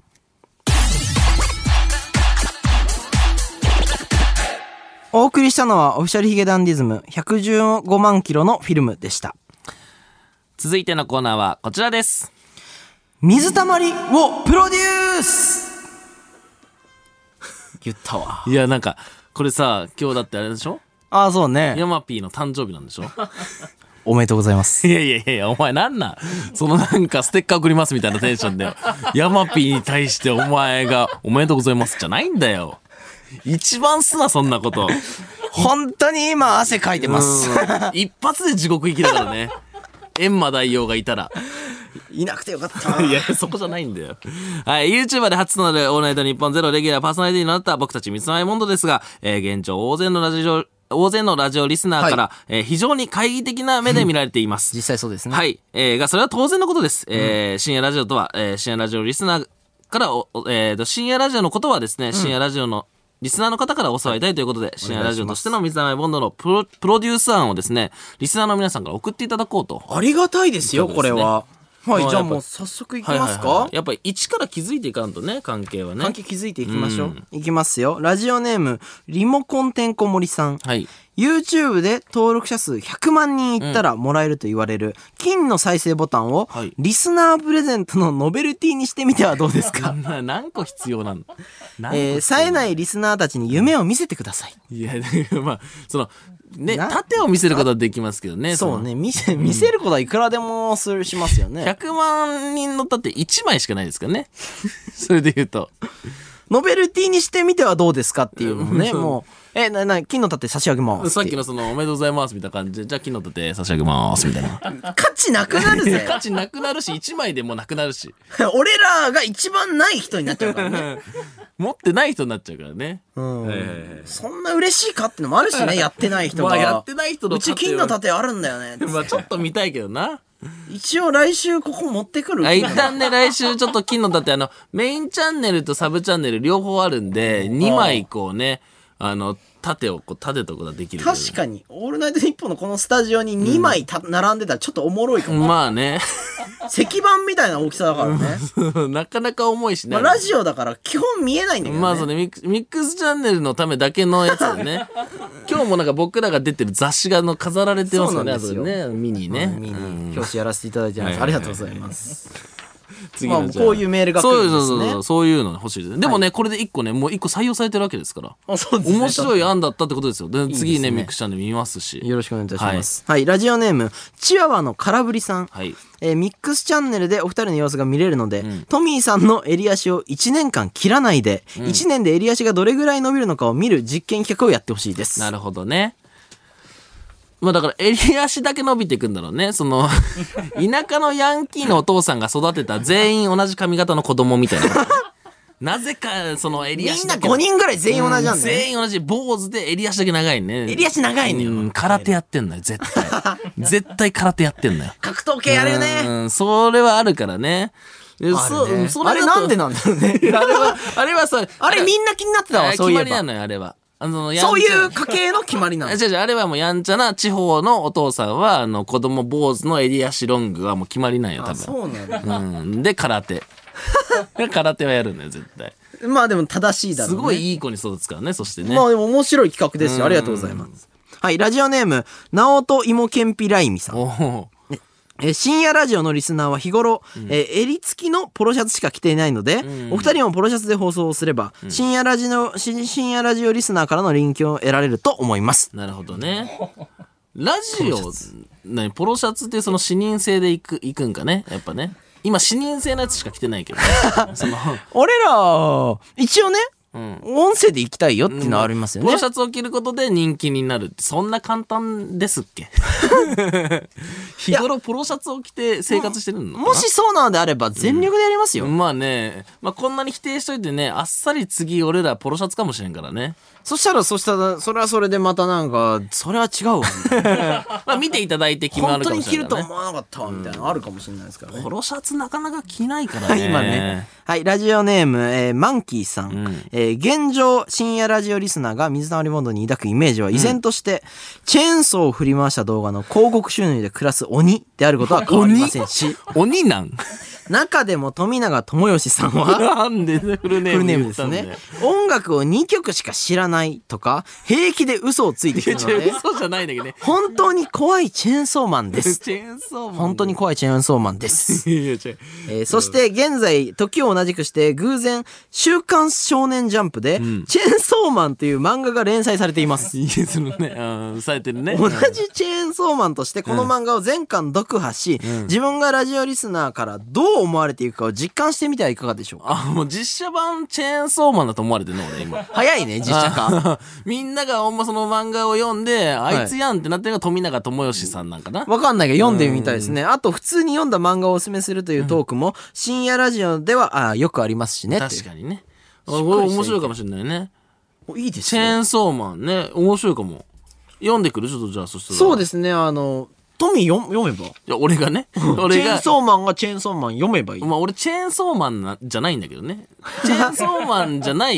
お送りしたのはオフィシャルヒゲダンディズムひゃくじゅうごまんキロのフィルムでした。 続いてのコーナーはこちらです。 水たまりをプロデュース言ったわ。 いやなんかこれさ今日だってあれでしょ。 ああそうね。 ヤマピーの誕生日なんでしょおめでとうございます。 いやいやいやお前なんなんそのなんかステッカー送りますみたいなテンションでヤマピーに対してお前がおめでとうございますじゃないんだよ。一番すなそんなこと。 本当に今汗かいてます。 一発で地獄行きだからね。閻魔大王がいたらいなくてよかったいやそこじゃないんだよ。はい、YouTuber で初となるオールナイトニッポンゼロレギュラーパーソナリティになった僕たち三つ前モンドですが、えー、現状大勢のラジオ大勢のラジオリスナーから、はい、えー、非常に懐疑的な目で見られています。 実際そうですね。 はい、えー、がそれは当然のことです。うん、えー、深夜ラジオとは、えー、深夜ラジオリスナーからお、えー、と深夜ラジオのことはですね、うん、深夜ラジオのリスナーの方から教わりたいということで、はい、深夜ラジオとしての水溜りボンドのプロ、プロデュース案をですね、リスナーの皆さんから送っていただこうと。 ありがたいですよ、これは。はい、じゃあもう早速いきますか。はいはいはい、 やっぱり一から気づいていかんとね、関係はね。 関係気づいていきましょう。うん、いきますよ。ラジオネーム、リモコンてんこ盛りさん。はい。 YouTube で登録者数ひゃくまんにんいったらもらえると言われる金の再生ボタンをはいリスナープレゼントのノベルティにしてみてはどうですか？ な何個必要なの？何個えー、 必要冴えないリスナーたちに夢を見せてください。 いや、まあ、その、ね、 な盾を見せることはできますけどね。 そうね、見せ、見せることはいくらでもするしますよその。 ね。 ひゃくまん人の盾いちまいしかないですからね。それで言うと。 ノベルティにしてみてはどうですかっていうのもね、もう、え、な、な、金の盾差し上げます。 さっきのその、おめでとうございますみたいな感じで、じゃあ金の盾差し上げますみたいな。 価値なくなるぜ。 価値なくなるし、いちまいでもなくなるし。 俺らが一番ない人になっちゃうからね。 持ってない人になっちゃうからね。 うんはいはいはいそんな嬉しいかってのもあるしね、やってない人が。 まあやってない人のうち金の盾あるんだよね。 まあちょっと見たいけどな。 一応来週ここ持ってくる。 あ一旦ね、来週ちょっと金の盾、あの、メインチャンネルとサブチャンネル両方あるんで、にまいこうね、あの、盾をこう立てとくことができる。 確かに、オールナイトニッポンのこのスタジオににまいた、並んでたらちょっとおもろいかも。 まあね。 石板みたいな大きさだからね。 なかなか重いしね。 まあ、ラジオだから基本見えないんだけどね。 まあそのミックミックスチャンネルのためだけのやつだね。今日もなんか僕らが出てる雑誌があの飾られてますよね。 そうなんですよあとね、ミニね。 見にうん表紙やらせていただいてます。 はいはいはいありがとうございます。 次のじゃあまあこういうメールが来るんですねそうそうそうそう、そういうの欲しいです。でもね、これで一個ね、もう一個採用されてるわけですから。 あそうですね面白い案だったってことですよ。で次ね、 いいですねミックスチャンネル見ますし。 よろしくお願いいたします。はい、ラジオネーム、チワワの空振りさん。 はい。 えーミックスチャンネルでお二人の様子が見れるので、トミーさんの襟足をいちねんかん切らないで、いちねんで襟足がどれぐらい伸びるのかを見る実験企画をやってほしいです。 なるほどね。まあだから襟足だけ伸びていくんだろうね。その、田舎のヤンキーのお父さんが育てた全員同じ髪型の子供みたいな。なぜか、その襟みんな足だけ。 ごにんぐらい全員同じなんだうんね。 全員同じ。坊主で襟足だけ長いね。 襟足長いのようん空手やってんのよ、絶対。絶対空手やってんのよ。 格闘系やるよね。 うん、それはあるからね。であるねそあれなんでなんだろうね。 あれは、あれはさ、 あれみんな気になってたわ、 あそういえば。 決まりなのよ、あれは。あの、やんちゃそういう家系の決まりなの。 あ違う違う、あれはもうやんちゃな地方のお父さんは、あの、子供坊主の襟足ロングはもう決まりなんよ、多あ、 分。 そうなんだ。 うん。で、空手。空手はやるんだよ、絶対。 まあでも正しいだろうね。 すごいいい子に育つからね、そしてね。 まあでも面白い企画ですよ。ありがとうございます。はい、ラジオネーム、ナオトイモケンピライミさん。 おお。 えー深夜ラジオのリスナーは日頃、えー襟付きのポロシャツしか着ていないので、お二人もポロシャツで放送をすれば、深夜ラジの、し深夜ラジオリスナーからの人気を得られると思います。 なるほどね。ラジオ、何、ポロシャツってその視認性で行く、行くんかね、やっぱね。今、視認性のやつしか着てないけどね。その、 俺ら、一応ね、 うん。 音声で行きたいよっていうのはありますよねポロ。シャツを着ることで人気になるって、そんな簡単ですっけ日頃ポロシャツを着て生活してるのかなもしそうなのであれば全力でやりますよ。 まあね、まあこんなに否定しといてね、あっさり次俺らポロシャツかもしれんからね。 そしたら、そしたら、それはそれでまたなんか、それは違うわ。 まあ見ていただいて決まるか本当に着もしれないからね。 ると思わなかったわ、みたいなのあるかもしれないですからね。 ポロシャツなかなか着ないからね。 今ね。はい、ラジオネーム、えーマンキーさん。 んえー現状、深夜ラジオリスナーが水溜りボンドに抱くイメージは依然として、チェーンソーを振り回した動画の広告収入で暮らす鬼であることは変わりませんし、 鬼なん中でも富永智義さんは、 なんでフルネームフルネーム言ったんだよですね。音楽をにきょくしか知らないとか、平気で嘘をついてきたの違うで、 嘘じゃないんだけどね。 本当に怖いチェーンソーマンです。 チェーンソーマン。 本当に怖いチェーンソーマンです。 いや違う。 えーそして現在、時を同じくして偶然、週刊少年ジャンプで、チェーンソーマンという漫画が連載されています。 いいですね。うん、されてるね。 同じチェーンソーマンとしてこの漫画を全巻読破し、自分がラジオリスナーからどう思われていくかを実感してみてはいかがでしょうか。 あ、もう実写版チェーンソーマンだと思われてるの俺今。 早いね、実写化。 あみんながほんまその漫画を読んで、あいつやんってなってるのが富永智義さんなんかな。 わかんないけど読んでみたいですね。あと、普通に読んだ漫画をおすすめするというトークも、深夜ラジオではあよくありますしね。 確かにね。あしっこれかりしていて面白いかもしれないね。 に。いいですよ。 チェーンソーマンね、面白いかも。読んでくるちょっとじゃあそしたら。。 そうですすね、あの、トミー読読めば。 いや、俺がね。 チ俺がェーン。ソーマンがチェーンソーマン読めばいい。 まあ俺チェーンソーマンなじゃないんだけどね。チェーンソーマンじゃない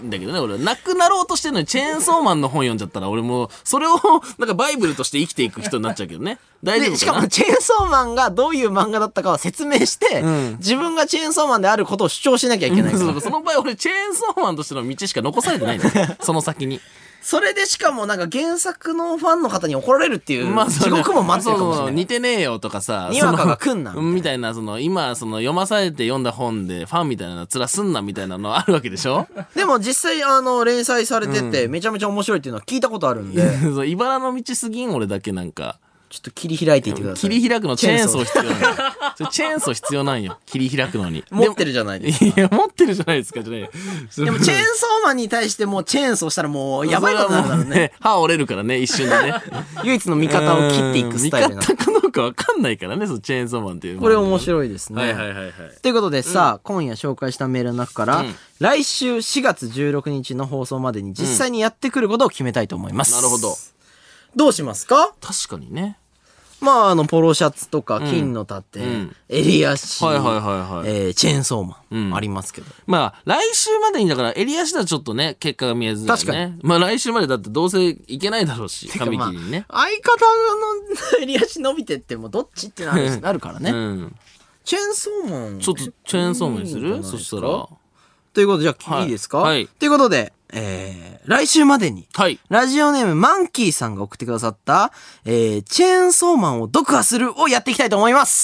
んだけどね、俺は。なくなろうとしてるのにチェーンソーマンの本読んじゃったら、俺もう、それを、なんかバイブルとして生きていく人になっちゃうけどね。大丈夫かな。 で、しかもチェーンソーマンがどういう漫画だったかは説明して、うん、自分がチェーンソーマンであることを主張しなきゃいけないから。 そうその場合俺チェーンソーマンとしての道しか残されてないんだよ。その先に。 それでしかもなんか原作のファンの方に怒られるっていう、まあ、地獄も待ってるかもしれない。そうそう似てねえよとかさ。 にわかが来んなみたいな。 みたいな、その、今、その、読まされて読んだ本で、ファンみたいな面すんなみたいなのあるわけでしょ。 でも実際、あの、連載されてて、めちゃめちゃ面白いっていうのは聞いたことあるんで。 そう、茨の道すぎん、俺だけなんか。 ちょっと切り開いていってください。 切り開くのチェーンソー必要なんよ。それチェーンソー必要なんよ。切り開くのに。 持ってるじゃないですか。 いや、持ってるじゃないですか、じゃない。 でもチェーンソーマンに対してもうチェーンソーしたらもうやばいことになるからね。ね歯折れるからね、一瞬でね。 唯一の味方を切っていくスタイルな。 味方かどうかわかんないからね、そのチェーンソーマンっていう。 これ面白いですね。 はいはいはいはい。 ということでさあ、うん、今夜紹介したメールの中から、うん、来週しがつじゅうろくにちの放送までに実際にやってくることを決めたいと思います。 うん、なるほど。 どうしますか？ 確かにね。 まあ、あの、ポロシャツとか、金の盾、うん、襟足、 はいはいはいはい。 えー、チェーンソーマン、うん、ありますけど。 まあ、来週までにだから、襟足ではちょっとね、結果が見えずにね。確かに。まあ、来週までだってどうせいけないだろうし、髪切りにね。 まあ、相方の襟足伸びてっても、どっちってなるなるからね。うん。チェーンソーマン。 ちょっと、チェーンソーマンにする？そしたら。 ということで、じゃあ、はい、いいですか？ はい。 ということで、えー、来週までに、 はい。 ラジオネームマンキーさんが送ってくださった、えー、チェーンソーマンを読破するをやっていきたいと思います。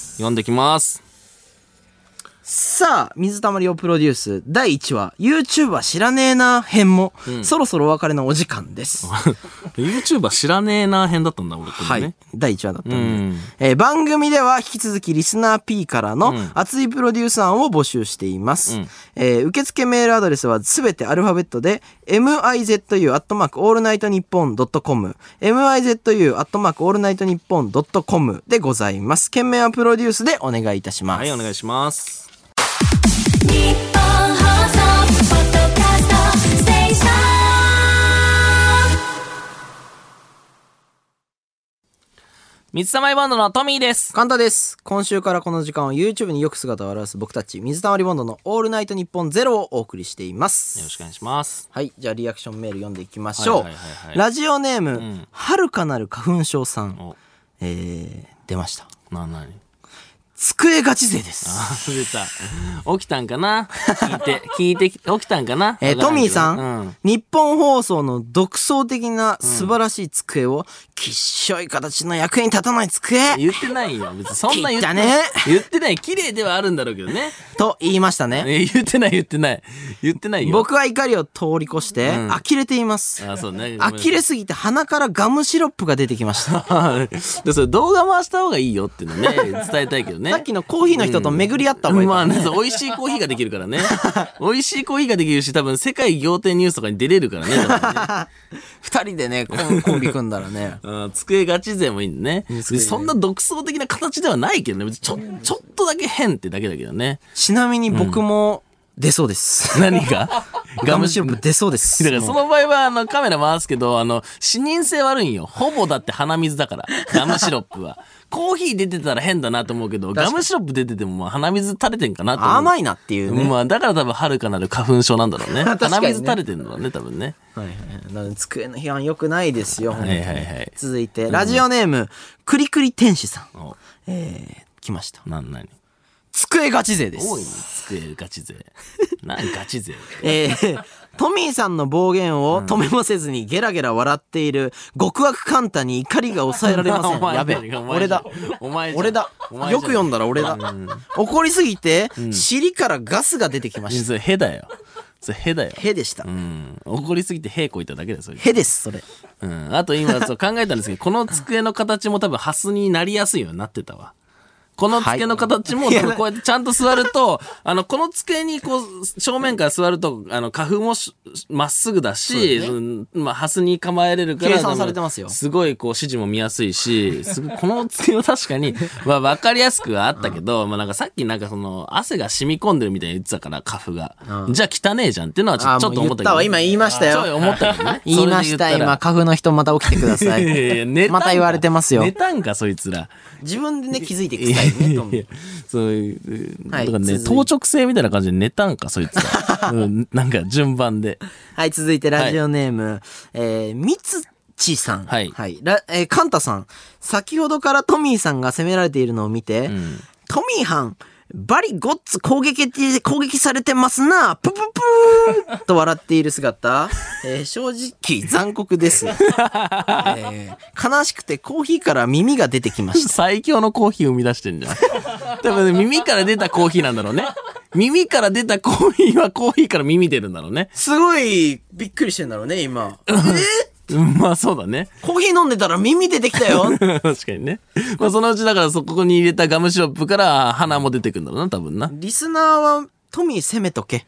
読んできます。 さあ、水溜りをプロデュースだいいちわ YouTuber 知らねえな編も、うん、そろそろお別れのお時間です。 YouTuber 知らねえな編だったんだ、俺、ね。 はい。だいいちわだったんで。うん、えー、番組では引き続きリスナー P からの熱いプロデュース案を募集しています。うん、えー、受付メールアドレスはすべてアルファベットで ミズ アットマーク オールナイトニッポン ドットコム ミズ アットマーク オールナイトニッポン ドットコム でございます。件名はプロデュースでお願いいたします。 はい、お願いします。 日本放送ポッドキャストステーション水溜りボンドのトミーです。 カンタです。今週からこの時間は YouTube によく姿を現す僕たち水溜りボンドのオールナイトニッポンゼロをお送りしています。 よろしくお願いします。 はい、じゃあリアクションメール読んでいきましょう。はいはいはいはい、ラジオネーム、うん、遥かなる花粉症さん、えー、出ました。 ななに机ガチ勢です。 あ、出た。起きたんかな聞いて、聞いて、起きたんかなえー、トミーさん、うん、日本放送の独創的な素晴らしい机を、うん、きっしょい形の役に立たない机言ってないよ。別にそんな言ってない。 言ってない。綺麗ではあるんだろうけどね。 と言いましたね。 えー、言ってない言ってない。言ってないよ。 僕は怒りを通り越して、うん、呆れています。 あ、そうね。 呆れすぎて鼻からガムシロップが出てきました。 で、それ動画回した方がいいよっていうのね、伝えたいけどね。 さっきのコーヒーの人と巡り合った方がいい、ね、 まあね、美味しいコーヒーができるからね。美味しいコーヒーができるし、多分世界仰天ニュースとかに出れるからね。 二、ね、人でねコン、コンビ組んだらね。 うん、机ガチ勢もいいんだね。そんな独創的な形ではないけどね。ちょ、ちょっとだけ変ってだけだけどね。 ちなみに僕も出そうです。 うん、何がガムシロップ出そうです。 だからその場合はあのカメラ回すけど、あの、視認性悪いんよ。ほぼだって鼻水だから。ガムシロップは。コーヒー出てたら変だなと思うけど、ガムシロップ出ててもまあ鼻水垂れてんかなと思う。 甘いなっていうね。 まあだから多分遥かなる花粉症なんだろうね。ね鼻水垂れてんのはね、多分ね。 はいはい。なので机の批判良くないですよ。 はいはいはい。 続いて、ラジオネーム、うん、クリクリ天使さん。えー、来ました。 なんなに机ガチ勢です。 多いね、机ガチ勢。何ガチ勢えー、トミーさんの暴言を止めもせずにゲラゲラ笑っている極悪カンタに怒りが抑えられません。やべえ。俺だ。 お前俺だ。よく読んだら俺だ。うん、怒りすぎて、うん、尻からガスが出てきました。 それヘだよ。それヘだよ。 ヘでした。 うん。怒りすぎてヘこいただけだよ、それ。 ヘです、それ。 うん。あと今そう考えたんですけど、この机の形も多分ハスになりやすいようになってたわ。この机の形も、こうやってちゃんと座ると、あの、この机にこう、正面から座ると、あの、花粉もまっすぐだし、ね、うん、まあ、ハスに構えれるから、 計算されてますよ。 すごいこう、指示も見やすいし、すごい、この机は確かに、まあ、わかりやすくはあったけど、うん、まあ、なんかさっきなんかその、汗が染み込んでるみたいに言ってたから、花粉が。うん、じゃあ汚ねえじゃんっていうのはちょっと思ったけど、ね。 今言いましたよ。 ちょい思ったけどね。 言いました、今、花粉の人また起きてください。また言われてますよ。 寝たんか、そいつら。 自分でね、気づいてください。 ないね、トミー。 そういう、 はいとかね、 続い当直制みたいな感じで寝たんか、そいつは。うんなんか順番で。 はい、続いてラジオネーム、えー、みつちさん。 はいはい。らえー、カンタさん。先ほどからトミーさんが責められているのを見て、 んトミーはん、バリゴッツ攻撃で攻撃されてますな、プププーと笑っている姿、えー正直残酷です、えー悲しくてコーヒーから耳が出てきました。 最強のコーヒー生み出してんじゃん。多分ね、耳から出たコーヒーなんだろうね。耳から出たコーヒーはコーヒーから耳出るんだろうね。 すごいびっくりしてんだろうね、今。えーうんまあそうだね。 コーヒー飲んでたら耳出てきたよ。 確かにね。まあそのうちだからそこに入れたガムシロップから鼻も出てくるんだろうな、多分な。 リスナーはトミー攻めとけ。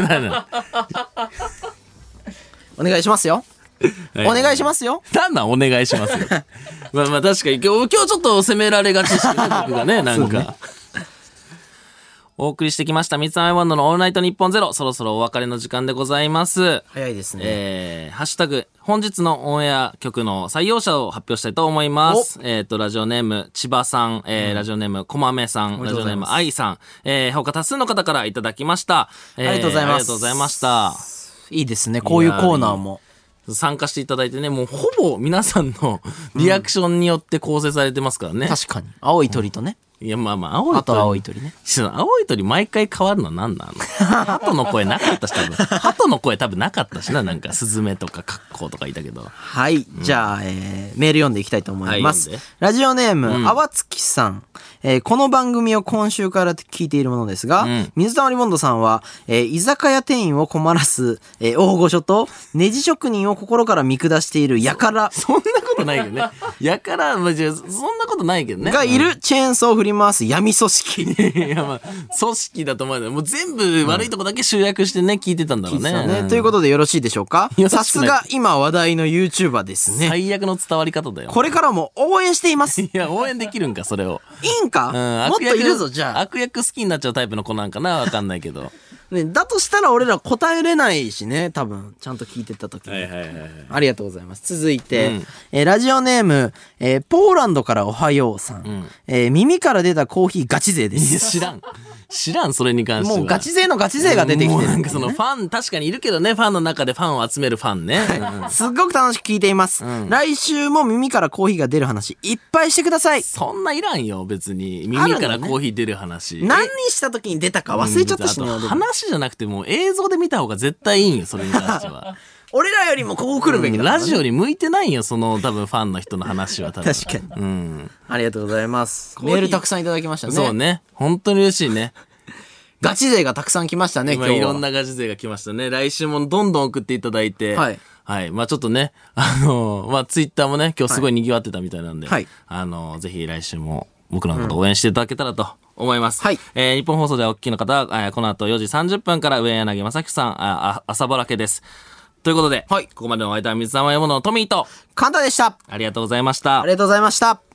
お願いしますよ。お願いしますよ。 なんなんお願いしますよ。まあまあ確かに今日、今日ちょっと責められがちですね、僕がね、なんか。お送りしてきました三つ編みバンドのオールナイトニッポンゼロ、そろそろお別れの時間でございます。 早いですね。 えー、ハッシュタグ、本日のオンエア曲の採用者を発表したいと思います。えっ、と、ラジオネーム、千葉さん、えーラジオネーム、こまめさん、ラジオネーム、愛さん、えー、他多数の方からいただきました。えーありがとうございますありがとうございました。 いいですね、こういうコーナーも。 参加していただいてね、もうほぼ皆さんのリアクションによって構成されてますからね。 確かに。青い鳥とね。 いや、まあまあ、青い鳥。 あと青い鳥ね。 その青い鳥毎回変わるの何なの鳩の声なかったし、多分。鳩の声多分なかったしな、なんか、スズメとかカッコウとかいたけど。 はい。じゃあ、えーメール読んでいきたいと思います。 はい読んでラジオネーム、あわつきさん。えーこの番組を今週から聞いているものですが、 ん水溜りボンドさんは、えー居酒屋店員を困らす、えー大御所と、ネジ職人を心から見下しているやからそんなことないけどね。やから、まあ、じゃあそんなことないけどね。 がいるチェーンソーを振り回す闇組織。 いや、まあ、組織だと思うよ。もう全部悪いとこだけ集約してね、聞いてたんだろうね。 ねうんということでよろしいでしょうかよろしくないさすが今話題の YouTuber ですね。 最悪の伝わり方だよ。 これからも応援しています。いいや、応援できるんか、それを。 いんか、 うん、 もっといるぞ、じゃあ。 悪役好きになっちゃうタイプの子なんかなわかんないけど。 ね、だとしたら俺ら答えれないしね、多分。ちゃんと聞いてた時に。 はいはいはいはい。 ありがとうございます。続いて、 うんえーラジオネーム、えーポーランドからおはようさん。 んえー耳から出たコーヒーガチ勢でいや、 す。 知らん。知らん、それに関しては。 もうガチ勢のガチ勢が出てきてるもうなんかそのファン、確かにいるけどね、ファンの中でファンを集めるファンね。うんすっごく楽しく聞いています、 ん来週も耳からコーヒーが出る話いっぱいしてください。 そんないらんよ、別に。 あるのね耳からコーヒー出る話。 何にした時に出たか忘れちゃったしね、 うんあと俺話じゃなくてもう映像で見た方が絶対いいんよ、それに関しては。 俺らよりもここ来るべきだからね、 ラジオに向いてないよ、その多分ファンの人の話は多分。 確かにうん。 ありがとうございます。 ーヒーメールたくさんいただきましたね。 そうね。本当に嬉しいね。 ガチ勢がたくさん来ましたね、今日は。 今いろんなガチ勢が来ましたね。来週もどんどん送っていただいて。 はい。 はい。まあちょっとね、あのまあツイッターもね、今日すごい賑わってたみたいなんで、 はいあのぜひ来週も僕らのこと応援していただけたらと思います。 はいえー日本放送ではお聞きの方は、えーこの後よじさんじゅっぷんから上柳正樹さん、ああ朝ぼらけです。ということで、 はいここまでのお相手は水溜りボンドのトミーと、 簡単でした。 ありがとうございましたあり。がとうございました。